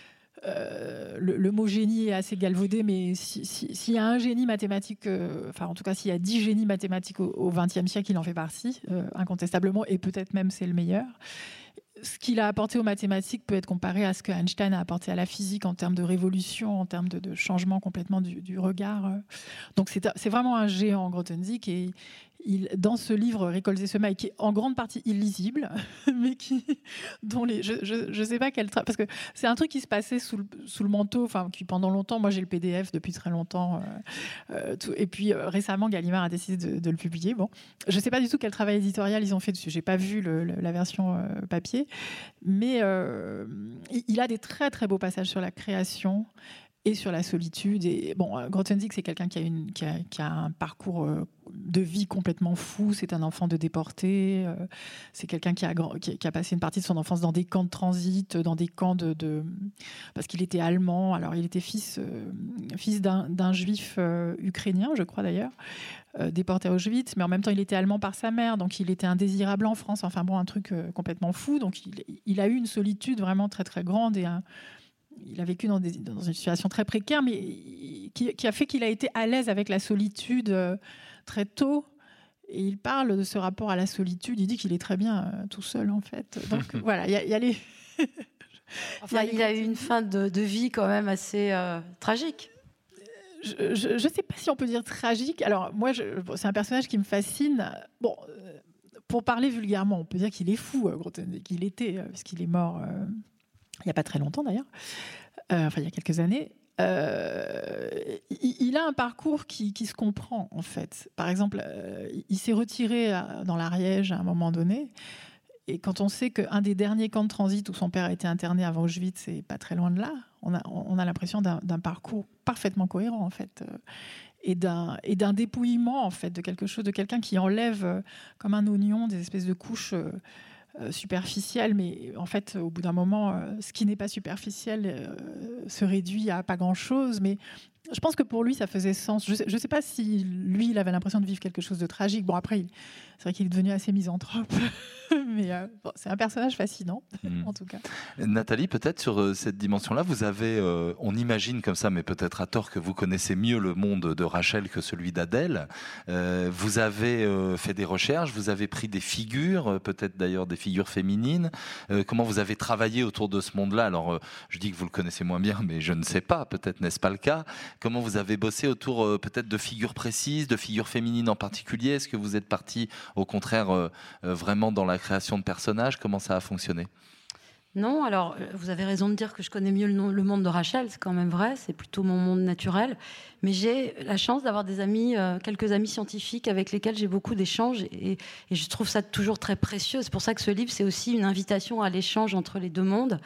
D: Le mot génie est assez galvaudé, mais s'il y a un génie mathématique, en tout cas s'il y a 10 génies mathématiques au XXe siècle, il en fait partie, incontestablement, et peut-être même c'est le meilleur. Ce qu'il a apporté aux mathématiques peut être comparé à ce que Einstein a apporté à la physique en termes de révolution, en termes de changement complètement du regard. Donc c'est vraiment un géant, Grothendieck, et dans ce livre Récoltes et semailles, qui est en grande partie illisible, mais dont je sais pas quel parce que c'est un truc qui se passait sous le manteau, qui pendant longtemps, moi j'ai le PDF depuis très longtemps, et puis récemment Gallimard a décidé de le publier. Bon, je sais pas du tout quel travail éditorial ils ont fait dessus, j'ai pas vu la version papier, mais il a des très très beaux passages sur la création et sur la solitude. Et bon, Grothendieck, c'est quelqu'un qui a un parcours de vie complètement fou. C'est un enfant de déporté. C'est quelqu'un qui a passé une partie de son enfance dans des camps de transit, dans des camps parce qu'il était allemand. Alors, il était fils d'un juif ukrainien, je crois d'ailleurs, déporté à Auschwitz, mais en même temps, il était allemand par sa mère, donc il était indésirable en France. Enfin bon, un truc complètement fou. Donc, il a eu une solitude vraiment très, très grande, et il a vécu dans une situation très précaire, mais qui a fait qu'il a été à l'aise avec la solitude très tôt, Et il parle de ce rapport à la solitude. Il dit qu'il est très bien tout seul, en fait. Donc voilà, il y a les...
C: Enfin, il a eu une fin de vie quand même assez tragique.
D: Je ne sais pas si on peut dire tragique. Alors moi, c'est un personnage qui me fascine. Bon, pour parler vulgairement, on peut dire qu'il est fou, Grothendieck. Il était, puisqu'il est mort il n'y a pas très longtemps d'ailleurs. Enfin, il y a quelques années. Il a un parcours qui se comprend, en fait. Par exemple, il s'est retiré dans l'Ariège à un moment donné. Et quand on sait qu'un des derniers camps de transit où son père a été interné avant Auschwitz, c'est pas très loin de là, on a l'impression d'un parcours parfaitement cohérent, en fait. Et d'un dépouillement, en fait, de quelqu'un qui enlève comme un oignon des espèces de couches superficielles, mais en fait, au bout d'un moment, ce qui n'est pas superficiel se réduit à pas grand-chose. Mais je pense que pour lui, ça faisait sens. Je ne sais pas si lui, il avait l'impression de vivre quelque chose de tragique. Bon, après, c'est vrai qu'il est devenu assez misanthrope. Mais bon, c'est un personnage fascinant, en tout cas.
B: Nathalie, peut-être sur cette dimension-là, vous avez, on imagine comme ça, mais peut-être à tort, que vous connaissez mieux le monde de Rachel que celui d'Adèle. Vous avez fait des recherches, vous avez pris des figures, peut-être d'ailleurs des figures féminines. Comment vous avez travaillé autour de ce monde-là? Alors, je dis que vous le connaissez moins bien, mais je ne sais pas, peut-être n'est-ce pas le cas. Comment vous avez bossé autour peut-être de figures précises, de figures féminines en particulier? Est-ce que vous êtes parti, au contraire, vraiment dans la création de personnages? Comment ça a fonctionné?
C: Non, alors vous avez raison de dire que je connais mieux le monde de Rachel, c'est quand même vrai, c'est plutôt mon monde naturel. Mais j'ai la chance d'avoir des amis, quelques amis scientifiques avec lesquels j'ai beaucoup d'échanges et je trouve ça toujours très précieux. C'est pour ça que ce livre, c'est aussi une invitation à l'échange entre les deux mondes.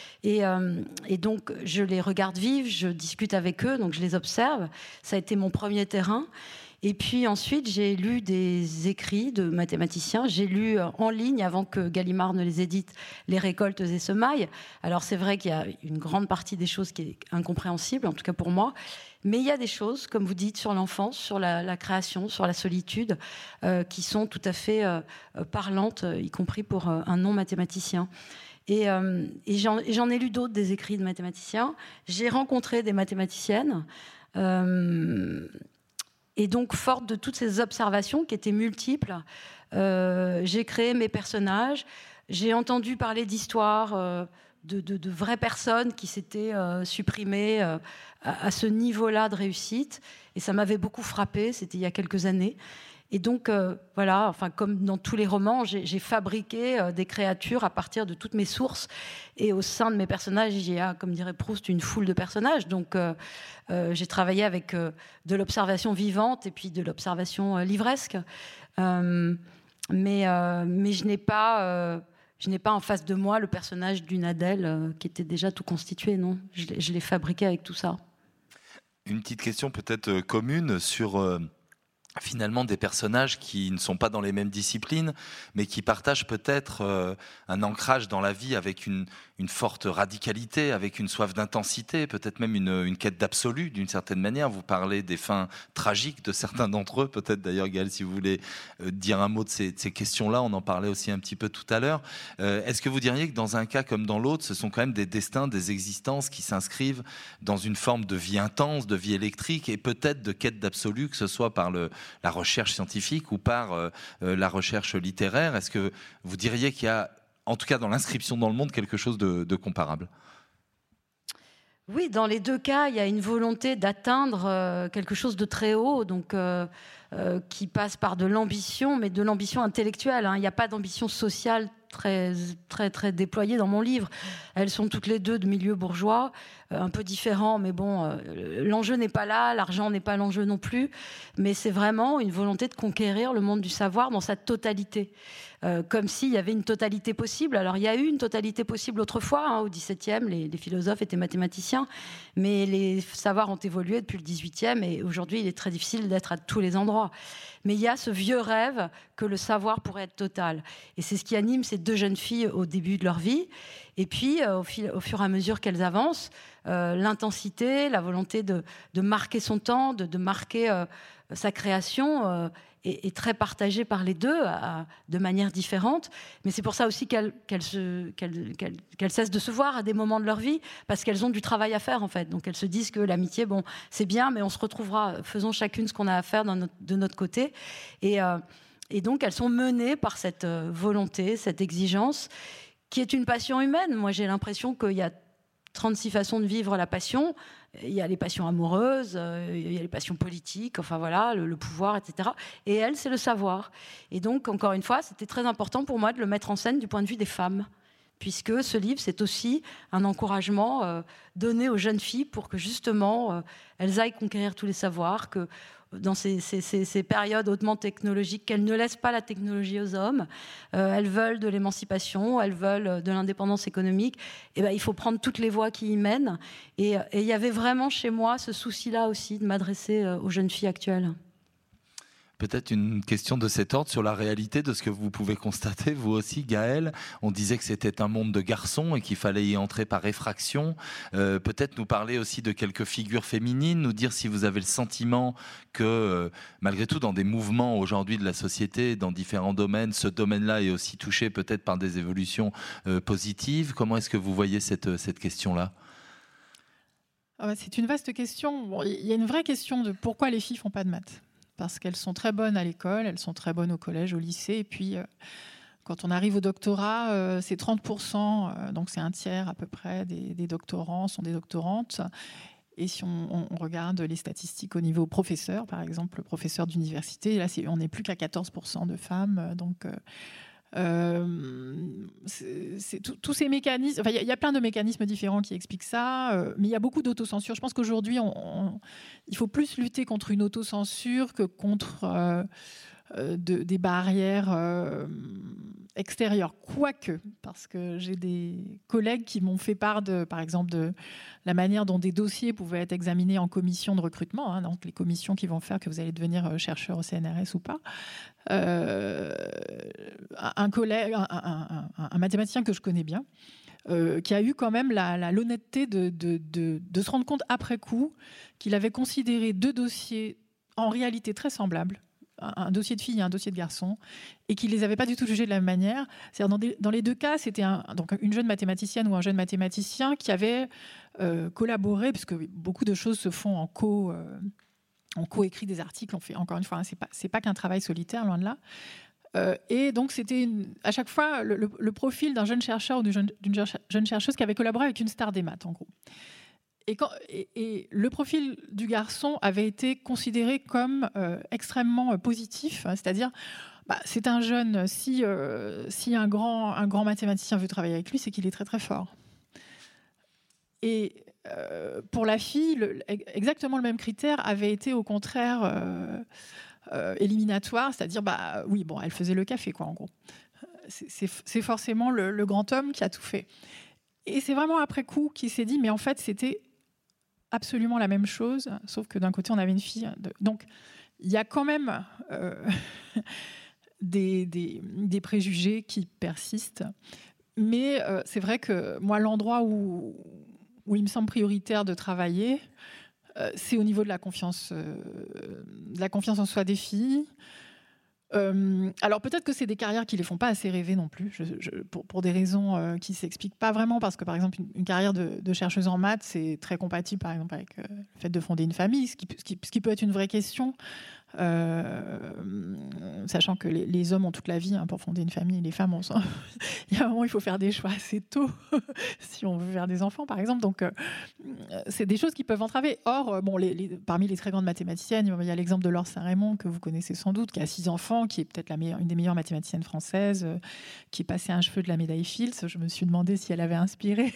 C: Et donc, je les regarde vivre, je discute avec eux, donc je les observe. Ça a été mon premier terrain. Et puis ensuite, j'ai lu des écrits de mathématiciens. J'ai lu en ligne, avant que Gallimard ne les édite, Les récoltes et semailles. Alors, c'est vrai qu'il y a une grande partie des choses qui est incompréhensible, en tout cas pour moi. Mais il y a des choses, comme vous dites, sur l'enfance, sur la création, sur la solitude, qui sont tout à fait parlantes, y compris pour un non-mathématicien. Et j'en ai lu d'autres, des écrits de mathématiciens. J'ai rencontré des mathématiciennes. Et donc, forte de toutes ces observations qui étaient multiples, j'ai créé mes personnages. J'ai entendu parler d'histoires de vraies personnes qui s'étaient supprimées à ce niveau-là de réussite. Et ça m'avait beaucoup frappée, c'était il y a quelques années. Et donc, voilà, enfin, comme dans tous les romans, j'ai fabriqué des créatures à partir de toutes mes sources. Et au sein de mes personnages, il y a, comme dirait Proust, une foule de personnages. Donc, j'ai travaillé avec de l'observation vivante et puis de l'observation livresque. Mais je n'ai pas en face de moi le personnage d'une Adèle qui était déjà tout constitué, non. Je l'ai fabriqué avec tout ça.
B: Une petite question peut-être commune sur... finalement des personnages qui ne sont pas dans les mêmes disciplines, mais qui partagent peut-être un ancrage dans la vie avec une forte radicalité, avec une soif d'intensité, peut-être même une quête d'absolu d'une certaine manière. Vous parlez des fins tragiques de certains d'entre eux, peut-être d'ailleurs Gaëlle, si vous voulez dire un mot de ces questions-là, on en parlait aussi un petit peu tout à l'heure. Est-ce que vous diriez que dans un cas comme dans l'autre, ce sont quand même des destins, des existences qui s'inscrivent dans une forme de vie intense, de vie électrique et peut-être de quête d'absolu, que ce soit par la recherche scientifique ou par la recherche littéraire? Est-ce que vous diriez qu'il y a, en tout cas dans l'inscription dans le monde, quelque chose de comparable?
C: Oui, dans les deux cas, il y a une volonté d'atteindre quelque chose de très haut, donc qui passe par de l'ambition, mais de l'ambition intellectuelle. Il n'y a pas d'ambition sociale très, très, très déployée dans mon livre. Elles sont toutes les deux de milieux bourgeois, un peu différents, mais bon, l'enjeu n'est pas là, l'argent n'est pas l'enjeu non plus, mais c'est vraiment une volonté de conquérir le monde du savoir dans sa totalité. Comme s'il y avait une totalité possible. Alors, il y a eu une totalité possible autrefois, au XVIIe, les philosophes étaient mathématiciens, mais les savoirs ont évolué depuis le XVIIIe, et aujourd'hui, il est très difficile d'être à tous les endroits. Mais il y a ce vieux rêve que le savoir pourrait être total. Et c'est ce qui anime ces deux jeunes filles au début de leur vie. Et puis, au fur et à mesure qu'elles avancent, l'intensité, la volonté de marquer son temps, de marquer sa création est très partagée par les deux de manière différente. Mais c'est pour ça aussi qu'elles cessent de se voir à des moments de leur vie, parce qu'elles ont du travail à faire, en fait. Donc elles se disent que l'amitié, bon, c'est bien, mais on se retrouvera, faisons chacune ce qu'on a à faire de notre côté. Et donc, elles sont menées par cette volonté, cette exigence, qui est une passion humaine. Moi, j'ai l'impression qu'il y a 36 façons de vivre la passion. Il y a les passions amoureuses, il y a les passions politiques, enfin voilà, le pouvoir, etc. Et elle, c'est le savoir. Et donc, encore une fois, c'était très important pour moi de le mettre en scène du point de vue des femmes, puisque ce livre, c'est aussi un encouragement donné aux jeunes filles pour que justement, elles aillent conquérir tous les savoirs, que dans ces périodes hautement technologiques, qu'elles ne laissent pas la technologie aux hommes. Elles veulent de l'émancipation, elles veulent de l'indépendance économique. Et ben, il faut prendre toutes les voies qui y mènent. Et il y avait vraiment chez moi ce souci-là aussi de m'adresser aux jeunes filles actuelles.
B: Peut-être une question de cet ordre sur la réalité de ce que vous pouvez constater, vous aussi, Gaëlle. On disait que c'était un monde de garçons et qu'il fallait y entrer par effraction. Peut-être nous parler aussi de quelques figures féminines, nous dire si vous avez le sentiment que, malgré tout, dans des mouvements aujourd'hui de la société, dans différents domaines, ce domaine-là est aussi touché peut-être par des évolutions positives. Comment est-ce que vous voyez cette question-là ?
D: C'est une vaste question. Bon, il y a une vraie question de pourquoi les filles ne font pas de maths. Parce qu'elles sont très bonnes à l'école, elles sont très bonnes au collège, au lycée. Et puis, quand on arrive au doctorat, c'est 30%, donc c'est un tiers à peu près des doctorants sont des doctorantes. Et si on regarde les statistiques au niveau professeur, par exemple, le professeur d'université, là, on n'est plus qu'à 14% de femmes. Donc, tous ces mécanismes, enfin, il y a plein de mécanismes différents qui expliquent ça, mais il y a beaucoup d'autocensure. Je pense qu'aujourd'hui, il faut plus lutter contre une autocensure que contre des barrières extérieures. Quoique, parce que j'ai des collègues qui m'ont fait part, par exemple, de la manière dont des dossiers pouvaient être examinés en commission de recrutement, donc les commissions qui vont faire que vous allez devenir chercheur au CNRS ou pas. Un collègue, un mathématicien que je connais bien, qui a eu quand même l'honnêteté de se rendre compte après coup qu'il avait considéré 2 dossiers en réalité très semblables, un dossier de fille et un dossier de garçon, et qu'il ne les avait pas du tout jugés de la même manière. C'est-à-dire dans les 2 cas, c'était donc une jeune mathématicienne ou un jeune mathématicien qui avait collaboré, puisque beaucoup de choses se font en coécrit des articles, on fait, encore une fois, c'est pas qu'un travail solitaire, loin de là. Et donc, c'était à chaque fois le profil d'un jeune chercheur ou d'une jeune chercheuse qui avait collaboré avec une star des maths, en gros. Et le profil du garçon avait été considéré comme extrêmement positif, c'est-à-dire, c'est un jeune, si un grand mathématicien veut travailler avec lui, c'est qu'il est très très fort. Et pour la fille, exactement le même critère avait été au contraire éliminatoire, c'est-à-dire, oui, bon, elle faisait le café, quoi, en gros. C'est forcément le grand homme qui a tout fait. Et c'est vraiment après coup qu'il s'est dit, mais en fait, c'était absolument la même chose, sauf que d'un côté, on avait une fille. Donc, il y a quand même des préjugés qui persistent. Mais c'est vrai que moi, l'endroit où il me semble prioritaire de travailler, c'est au niveau de la confiance en soi des filles. Alors peut-être que c'est des carrières qui ne les font pas assez rêver non plus, pour des raisons qui ne s'expliquent pas vraiment, parce que par exemple une carrière de chercheuse en maths, c'est très compatible par exemple avec le fait de fonder une famille, ce qui peut être une vraie question, sachant que les hommes ont toute la vie pour fonder une famille, les femmes, il y a un moment il faut faire des choix assez tôt si on veut faire des enfants par exemple, donc c'est des choses qui peuvent entraver. Or, parmi les très grandes mathématiciennes, il y a l'exemple de Laure Saint-Raymond que vous connaissez sans doute, qui a 6 enfants, qui est peut-être une des meilleures mathématiciennes françaises, qui est passée un cheveu de la médaille Fields. Je me suis demandé si elle avait inspiré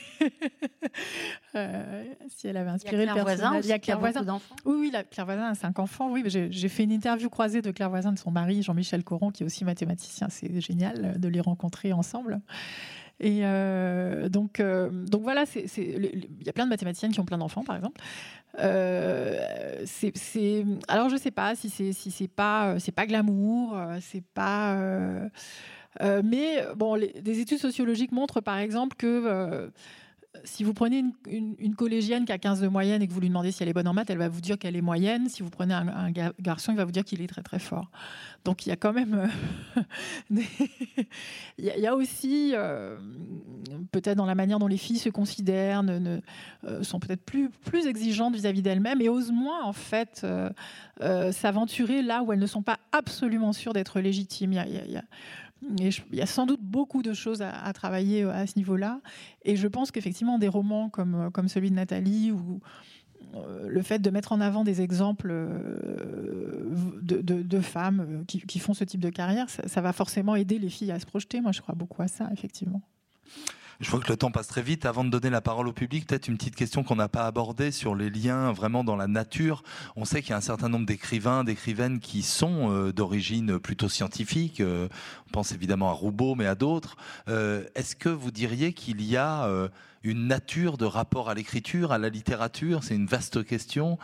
D: le personnage. Il y a Claire Voisin. Oui, Claire Voisin a 5 enfants. Oui, j'ai fait une interview croisée de Claire Voisin de son mari Jean-Michel Coron, qui est aussi mathématicien. C'est génial de les rencontrer ensemble. Et donc voilà, il y a plein de mathématiciennes qui ont plein d'enfants, par exemple. Alors je sais pas si c'est pas glamour, c'est pas. Mais bon, des études sociologiques montrent, par exemple, que Si vous prenez une collégienne qui a 15 de moyenne et que vous lui demandez si elle est bonne en maths, elle va vous dire qu'elle est moyenne. Si vous prenez un garçon, il va vous dire qu'il est très très fort. Donc il y a quand même... il y a aussi, peut-être dans la manière dont les filles se considèrent, sont peut-être plus exigeantes vis-à-vis d'elles-mêmes et osent moins en fait s'aventurer là où elles ne sont pas absolument sûres d'être légitimes. Il y a sans doute beaucoup de choses à travailler à ce niveau-là. Et je pense qu'effectivement, des romans comme celui de Nathalie, ou le fait de mettre en avant des exemples de femmes qui font ce type de carrière, ça va forcément aider les filles à se projeter. Moi, je crois beaucoup à ça, effectivement.
B: Je vois que le temps passe très vite. Avant de donner la parole au public, peut-être une petite question qu'on n'a pas abordée sur les liens vraiment dans la nature. On sait qu'il y a un certain nombre d'écrivains, d'écrivaines qui sont d'origine plutôt scientifique. On pense évidemment à Roubaud, mais à d'autres. Est-ce que vous diriez qu'il y a une nature de rapport à l'écriture, à la littérature? C'est une vaste question.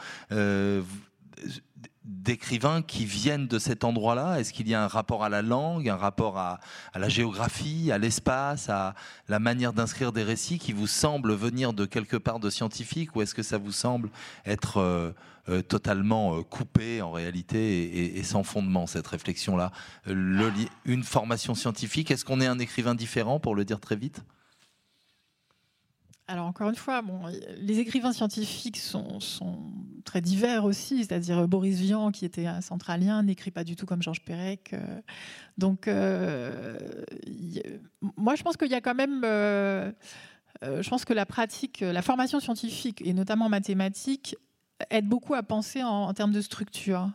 B: D'écrivains qui viennent de cet endroit-là? Est-ce qu'il y a un rapport à la langue, un rapport à la géographie, à l'espace, à la manière d'inscrire des récits qui vous semble venir de quelque part de scientifique, ou est-ce que ça vous semble être totalement coupé en réalité et sans fondement, cette réflexion-là? Une formation scientifique, est-ce qu'on est un écrivain différent, pour le dire très vite?
D: Alors encore une fois, les écrivains scientifiques sont très divers aussi, c'est-à-dire Boris Vian, qui était un centralien, n'écrit pas du tout comme Georges Perec. Donc moi je pense qu'il y a quand même... je pense que la formation scientifique, et notamment mathématique, aide beaucoup à penser en termes de structure.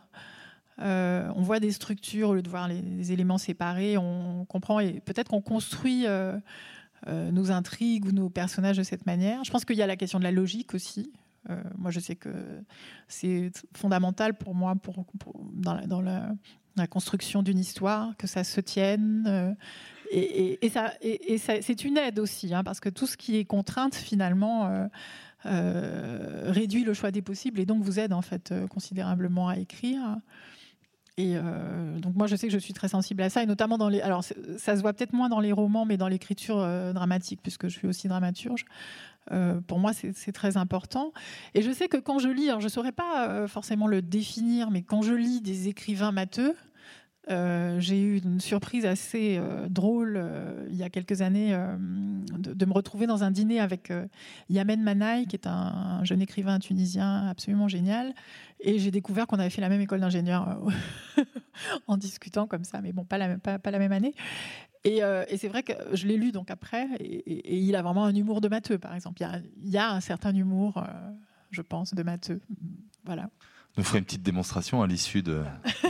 D: On voit des structures au lieu de voir les éléments séparés, on comprend, et peut-être qu'on construit... nos intrigues ou nos personnages de cette manière. Je pense qu'il y a la question de la logique aussi. Moi, je sais que c'est fondamental pour moi dans la construction d'une histoire, que ça se tienne. Et ça, c'est une aide aussi, hein, parce que tout ce qui est contrainte, finalement, réduit le choix des possibles et donc vous aide en fait considérablement à écrire. Et donc moi je sais que je suis très sensible à ça, et notamment alors ça se voit peut-être moins dans les romans, mais dans l'écriture dramatique, puisque je suis aussi dramaturge. Pour moi c'est très important. Et je sais que quand je lis, alors je ne saurais pas forcément le définir, mais quand je lis des écrivains matheux, j'ai eu une surprise assez drôle il y a quelques années de me retrouver dans un dîner avec Yamen Manaï, qui est un jeune écrivain tunisien absolument génial, et j'ai découvert qu'on avait fait la même école d'ingénieur en discutant comme ça, mais bon, pas la même année. Et c'est vrai que je l'ai lu donc après, et il a vraiment un humour de matheux, par exemple. Il y a un certain humour, je pense, de matheux. Voilà.
B: Nous ferons une petite démonstration à l'issue de...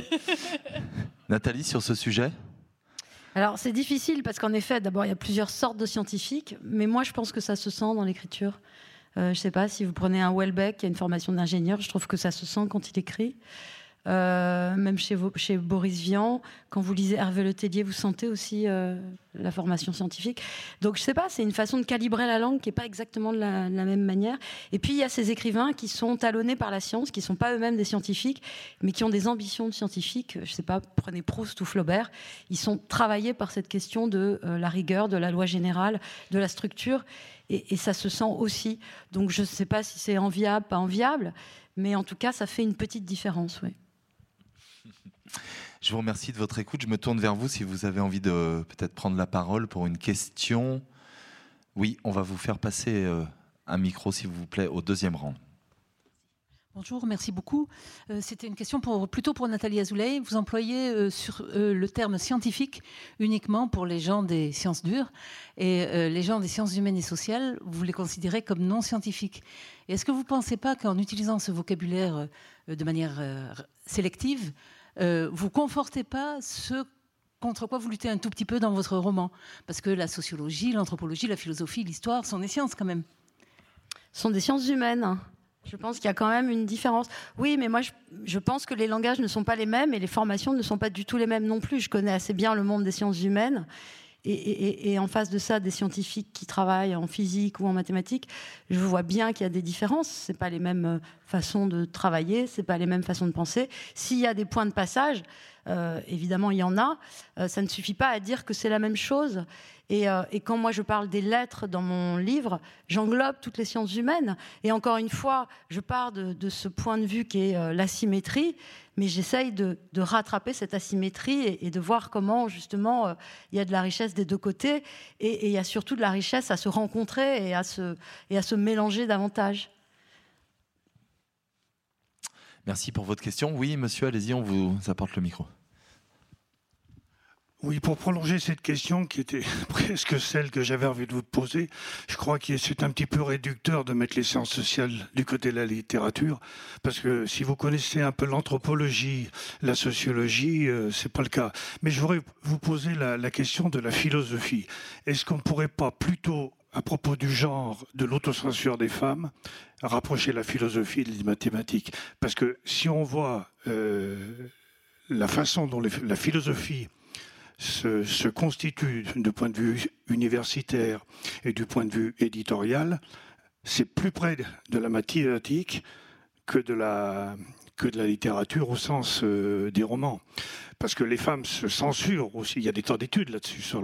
B: Nathalie, sur ce sujet?
C: Alors, c'est difficile parce qu'en effet, d'abord, il y a plusieurs sortes de scientifiques, mais moi, je pense que ça se sent dans l'écriture. Je ne sais pas, si vous prenez un Houellebecq qui a une formation d'ingénieur, je trouve que ça se sent quand il écrit. Même chez Boris Vian, quand vous lisez Hervé Le Tellier, vous sentez aussi la formation scientifique. Donc je ne sais pas, c'est une façon de calibrer la langue qui n'est pas exactement de la même manière. Et puis il y a ces écrivains qui sont talonnés par la science, qui ne sont pas eux-mêmes des scientifiques, mais qui ont des ambitions de scientifiques. Je ne sais pas, prenez Proust ou Flaubert, ils sont travaillés par cette question de la rigueur, de la loi générale, de la structure, et ça se sent aussi. Donc je ne sais pas si c'est enviable, pas enviable, mais en tout cas ça fait une petite différence, oui.
B: Je vous remercie de votre écoute. Je me tourne vers vous si vous avez envie de peut-être prendre la parole pour une question. Oui, on va vous faire passer un micro, s'il vous plaît, au deuxième rang.
E: Bonjour, merci beaucoup. C'était une question plutôt pour Nathalie Azoulay. Vous employez le terme scientifique uniquement pour les gens des sciences dures, et les gens des sciences humaines et sociales, vous les considérez comme non scientifiques. Et est-ce que vous ne pensez pas qu'en utilisant ce vocabulaire de manière sélective, vous confortez pas ce contre quoi vous luttez un tout petit peu dans votre roman? Parce que la sociologie, l'anthropologie, la philosophie, l'histoire sont des sciences quand même.
C: Ce sont des sciences humaines. Je pense qu'il y a quand même une différence. Oui, mais moi, je pense que les langages ne sont pas les mêmes et les formations ne sont pas du tout les mêmes non plus. Je connais assez bien le monde des sciences humaines. Et en face de ça, des scientifiques qui travaillent en physique ou en mathématiques, je vois bien qu'il y a des différences. Ce n'est pas les mêmes façons de travailler, ce n'est pas les mêmes façons de penser. S'il y a des points de passage, évidemment il y en a, ça ne suffit pas à dire que c'est la même chose. Et quand moi je parle des lettres dans mon livre, j'englobe toutes les sciences humaines. Et encore une fois, je pars de ce point de vue qui est l'asymétrie, mais j'essaye de rattraper cette asymétrie et de voir comment justement il y a de la richesse des deux côtés et il y a surtout de la richesse à se rencontrer et à se mélanger davantage.
B: Merci pour votre question. Oui, monsieur, allez-y, on vous apporte le micro.
F: Oui, pour prolonger cette question qui était presque celle que j'avais envie de vous poser, je crois que c'est un petit peu réducteur de mettre les sciences sociales du côté de la littérature, parce que si vous connaissez un peu l'anthropologie, la sociologie, c'est pas le cas. Mais je voudrais vous poser la question de la philosophie. Est-ce qu'on ne pourrait pas plutôt, à propos du genre, de l'autocensure des femmes, rapprocher la philosophie des mathématiques? Parce que si on voit la façon dont la philosophie se constitue du point de vue universitaire et du point de vue éditorial, c'est plus près de la mathématique que de la littérature au sens des romans. Parce que les femmes se censurent aussi. Il y a des tas d'études là-dessus sur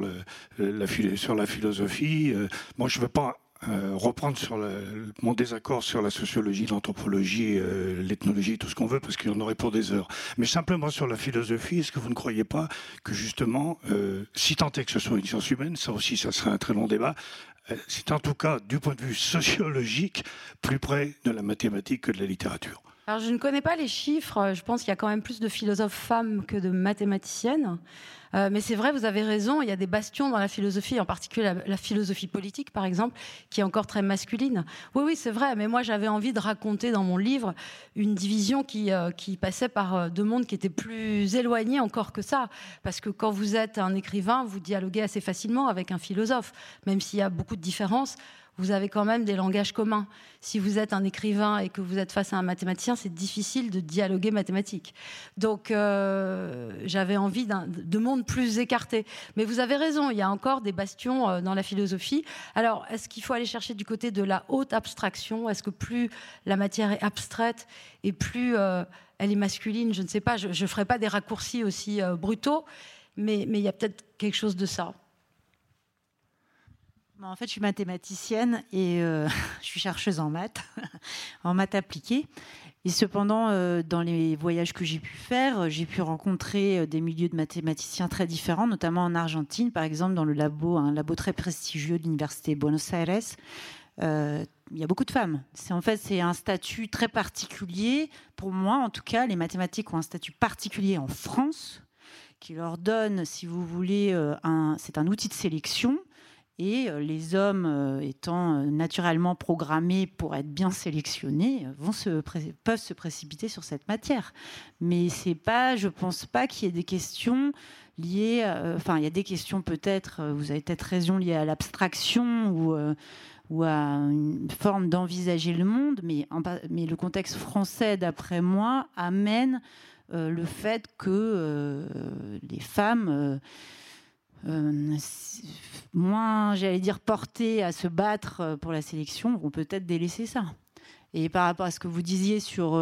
F: la philosophie. Moi, je ne veux pas reprendre sur mon désaccord sur la sociologie, l'anthropologie, l'ethnologie, tout ce qu'on veut, parce qu'il y en aurait pour des heures. Mais simplement sur la philosophie, est-ce que vous ne croyez pas que justement, si tant est que ce soit une science humaine, ça aussi, ça serait un très long débat, c'est en tout cas, du point de vue sociologique, plus près de la mathématique que de la littérature?
C: Alors, je ne connais pas les chiffres. Je pense qu'il y a quand même plus de philosophes femmes que de mathématiciennes. Mais c'est vrai, vous avez raison, il y a des bastions dans la philosophie, en particulier la philosophie politique, par exemple, qui est encore très masculine. Oui, c'est vrai, mais moi, j'avais envie de raconter dans mon livre une division qui passait par deux mondes qui étaient plus éloignés encore que ça. Parce que quand vous êtes un écrivain, vous dialoguez assez facilement avec un philosophe, même s'il y a beaucoup de différences. Vous avez quand même des langages communs. Si vous êtes un écrivain et que vous êtes face à un mathématicien, c'est difficile de dialoguer mathématiques. Donc, j'avais envie de mondes plus écartés. Mais vous avez raison, il y a encore des bastions dans la philosophie. Alors, est-ce qu'il faut aller chercher du côté de la haute abstraction? Est-ce que plus la matière est abstraite et plus elle est masculine? Je ne sais pas, je ne ferai pas des raccourcis aussi brutaux, mais il y a peut-être quelque chose de ça.
G: En fait, je suis mathématicienne et je suis chercheuse en maths, en maths appliquées. Et cependant, dans les voyages que j'ai pu faire, j'ai pu rencontrer des milieux de mathématiciens très différents, notamment en Argentine, par exemple, dans un labo très prestigieux de l'Université de Buenos Aires. Il y a beaucoup de femmes. C'est un statut très particulier. Pour moi, en tout cas, les mathématiques ont un statut particulier en France qui leur donne, si vous voulez, c'est un outil de sélection. Et les hommes, étant naturellement programmés pour être bien sélectionnés, peuvent se précipiter sur cette matière. Mais je ne pense pas qu'il y ait des questions liées... il y a des questions peut-être, vous avez peut-être raison, liées à l'abstraction ou à une forme d'envisager le monde. Mais le contexte français, d'après moi, amène le fait que les femmes... moins, j'allais dire, portées à se battre pour la sélection, vont peut-être délaisser ça. Et par rapport à ce que vous disiez sur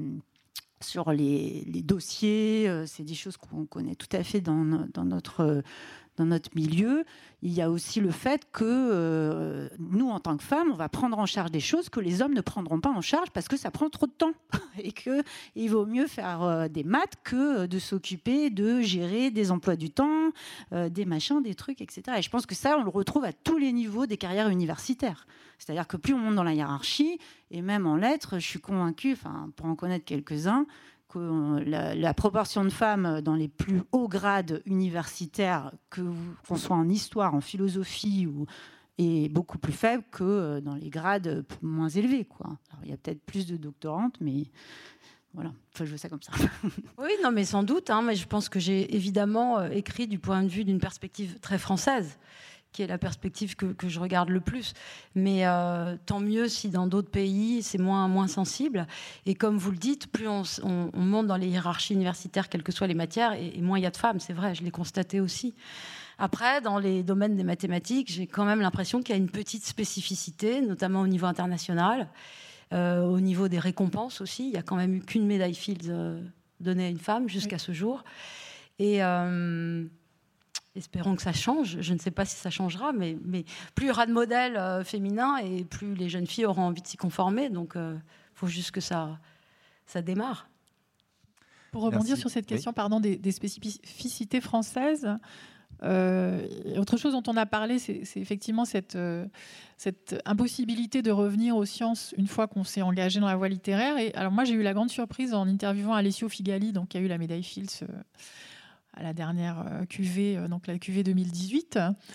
G: les dossiers, c'est des choses qu'on connaît tout à fait dans notre milieu. Il y a aussi le fait que nous, en tant que femmes, on va prendre en charge des choses que les hommes ne prendront pas en charge parce que ça prend trop de temps et qu'il vaut mieux faire des maths que de s'occuper de gérer des emplois du temps, des machins, des trucs, etc. Et je pense que ça, on le retrouve à tous les niveaux des carrières universitaires. C'est-à-dire que plus on monte dans la hiérarchie, et même en lettres, je suis convaincue, pour en connaître quelques-uns, que la proportion de femmes dans les plus hauts grades universitaires, qu'on soit en histoire, en philosophie, est beaucoup plus faible que dans les grades moins élevés, quoi. Alors, il y a peut-être plus de doctorantes, mais voilà, je veux ça comme ça.
C: Oui, non, mais sans doute. Mais je pense que j'ai évidemment écrit du point de vue d'une perspective très française, qui est la perspective que je regarde le plus. Mais tant mieux si dans d'autres pays, c'est moins sensible. Et comme vous le dites, plus on monte dans les hiérarchies universitaires, quelles que soient les matières, et moins il y a de femmes, c'est vrai, je l'ai constaté aussi. Après, dans les domaines des mathématiques, j'ai quand même l'impression qu'il y a une petite spécificité, notamment au niveau international, au niveau des récompenses aussi. Il n'y a quand même eu qu'une médaille Fields donnée à une femme jusqu'à ce jour. Et espérons que ça change. Je ne sais pas si ça changera, mais plus il y aura de modèles féminins et plus les jeunes filles auront envie de s'y conformer. Donc, il faut juste que ça démarre.
D: Pour rebondir sur cette question des spécificités françaises, autre chose dont on a parlé, c'est effectivement cette impossibilité de revenir aux sciences une fois qu'on s'est engagé dans la voie littéraire. Et alors moi, j'ai eu la grande surprise en interviewant Alessio Figali, donc, qui a eu la médaille Fields à la dernière cuvée, donc la cuvée 2018.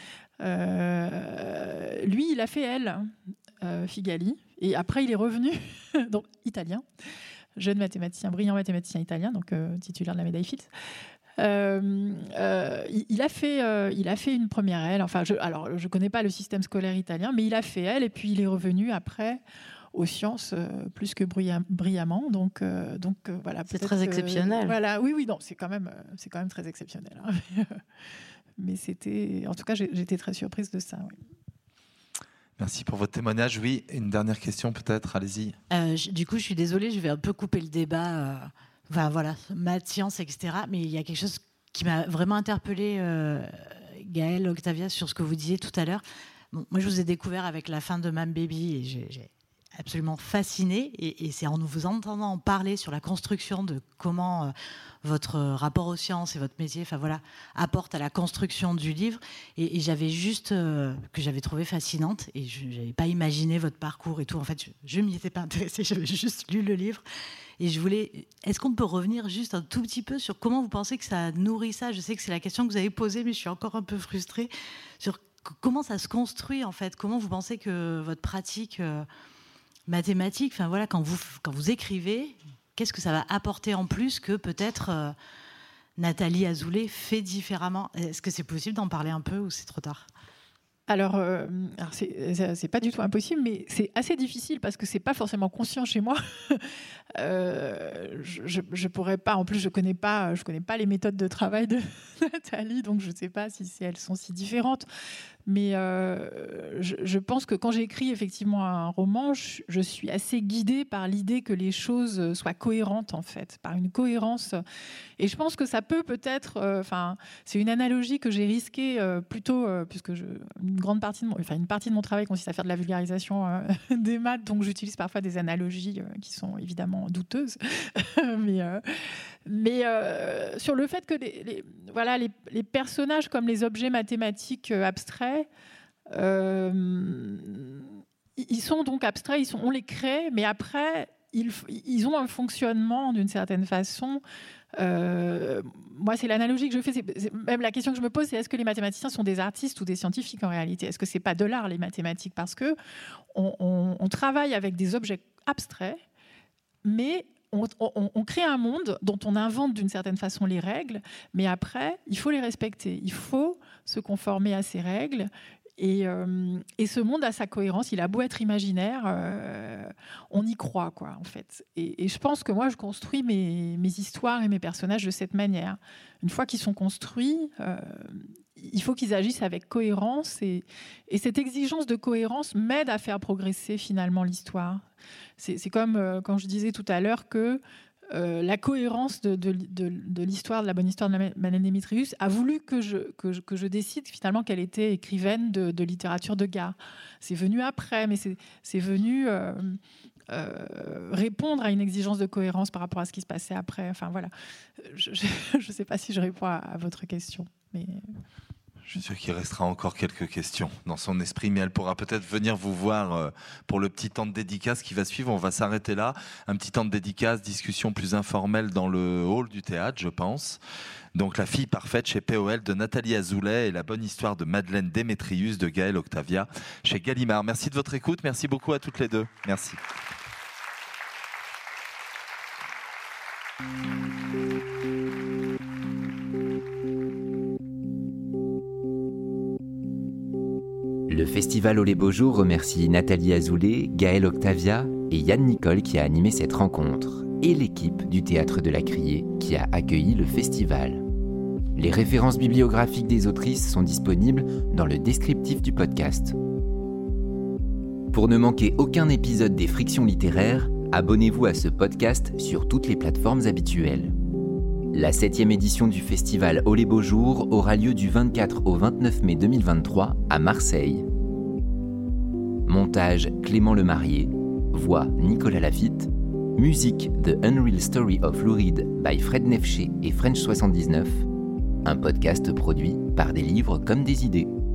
D: Lui, il a fait Figali, et après il est revenu, donc italien, jeune mathématicien, brillant mathématicien italien, donc titulaire de la médaille Fields. Il a fait une première L. Enfin, je connais pas le système scolaire italien, mais il a fait L, et puis il est revenu après aux sciences plus que brillamment. Donc voilà.
C: C'est très exceptionnel.
D: Voilà, oui, non, c'est quand même très exceptionnel. Hein. Mais c'était, en tout cas, j'étais très surprise de ça. Oui.
B: Merci pour votre témoignage. Oui, une dernière question peut-être, allez-y.
G: Du coup, je suis désolée, je vais un peu couper le débat. Enfin voilà, maths, sciences, etc. Mais il y a quelque chose qui m'a vraiment interpellée, Gaëlle, Octavia, sur ce que vous disiez tout à l'heure. Bon, moi, je vous ai découvert avec la fin de Mam Baby et j'ai absolument fascinée. Et c'est en vous entendant en parler sur la construction de comment votre rapport aux sciences et votre métier, enfin voilà, apporte à la construction du livre. Et j'avais juste que j'avais trouvé fascinante, et je n'avais pas imaginé votre parcours et tout. En fait, je m'y étais pas intéressée, j'avais juste lu le livre. Et je voulais, est-ce qu'on peut revenir juste un tout petit peu sur comment vous pensez que ça nourrit ça ? Je sais que c'est la question que vous avez posée, mais je suis encore un peu frustrée sur comment ça se construit en fait. Comment vous pensez que votre pratique mathématique, enfin voilà, quand vous écrivez, qu'est-ce que ça va apporter en plus que peut-être Nathalie Azoulay fait différemment ? Est-ce que c'est possible d'en parler un peu ou c'est trop tard ?
D: Alors c'est pas du tout impossible, mais c'est assez difficile parce que c'est pas forcément conscient chez moi. Je pourrais pas. En plus, je connais pas les méthodes de travail de Nathalie, donc je sais pas si elles sont si différentes. Mais je pense que quand j'écris effectivement un roman, je suis assez guidée par l'idée que les choses soient cohérentes, en fait, par une cohérence. Et je pense que ça peut-être... c'est une analogie que j'ai risquée plutôt, puisque une partie de mon travail consiste à faire de la vulgarisation des maths, donc j'utilise parfois des analogies qui sont évidemment douteuses. mais sur le fait que les personnages comme les objets mathématiques abstraits, ils sont donc abstraits, on les crée, mais après ils ont un fonctionnement d'une certaine façon. Moi, c'est l'analogie que je fais. C'est même la question que je me pose, c'est est-ce que les mathématiciens sont des artistes ou des scientifiques en réalité ? Est-ce que c'est pas de l'art les mathématiques ? Parce que on travaille avec des objets abstraits, mais on crée un monde dont on invente d'une certaine façon les règles, mais après, il faut les respecter. Il faut se conformer à ces règles. Et ce monde a sa cohérence. Il a beau être imaginaire, on y croit, quoi, en fait. Et je pense que moi, je construis mes histoires et mes personnages de cette manière. Une fois qu'ils sont construits, il faut qu'ils agissent avec cohérence. Et cette exigence de cohérence m'aide à faire progresser finalement l'histoire. C'est comme quand je disais tout à l'heure que la cohérence de l'histoire, de la bonne histoire de Madeleine Démétrius, a voulu que je décide finalement qu'elle était écrivaine de littérature de gare. C'est venu après, mais c'est venu répondre à une exigence de cohérence par rapport à ce qui se passait après. Enfin voilà, je ne sais pas si je réponds à votre question, mais...
B: Je suis sûr qu'il restera encore quelques questions dans son esprit, mais elle pourra peut-être venir vous voir pour le petit temps de dédicace qui va suivre. On va s'arrêter là. Un petit temps de dédicace, discussion plus informelle dans le hall du théâtre, je pense. Donc, La fille parfaite chez POL de Nathalie Azoulay et La bonne histoire de Madeleine Démétrius de Gaëlle Octavia chez Gallimard. Merci de votre écoute. Merci beaucoup à toutes les deux. Merci.
A: Le Festival Au les Beaux Jours remercie Nathalie Azoulay, Gaëlle Octavia et Yann Nicole qui a animé cette rencontre, et l'équipe du Théâtre de la Criée qui a accueilli le festival. Les références bibliographiques des autrices sont disponibles dans le descriptif du podcast. Pour ne manquer aucun épisode des Frictions littéraires, abonnez-vous à ce podcast sur toutes les plateformes habituelles. La 7e édition du festival Oh les beaux jours aura lieu du 24 au 29 mai 2023 à Marseille. Montage Clément Lemarié, voix Nicolas Lafitte, musique The Unreal Story of Lou Reed by Fred Nefché et French 79, un podcast produit par Des livres comme des idées.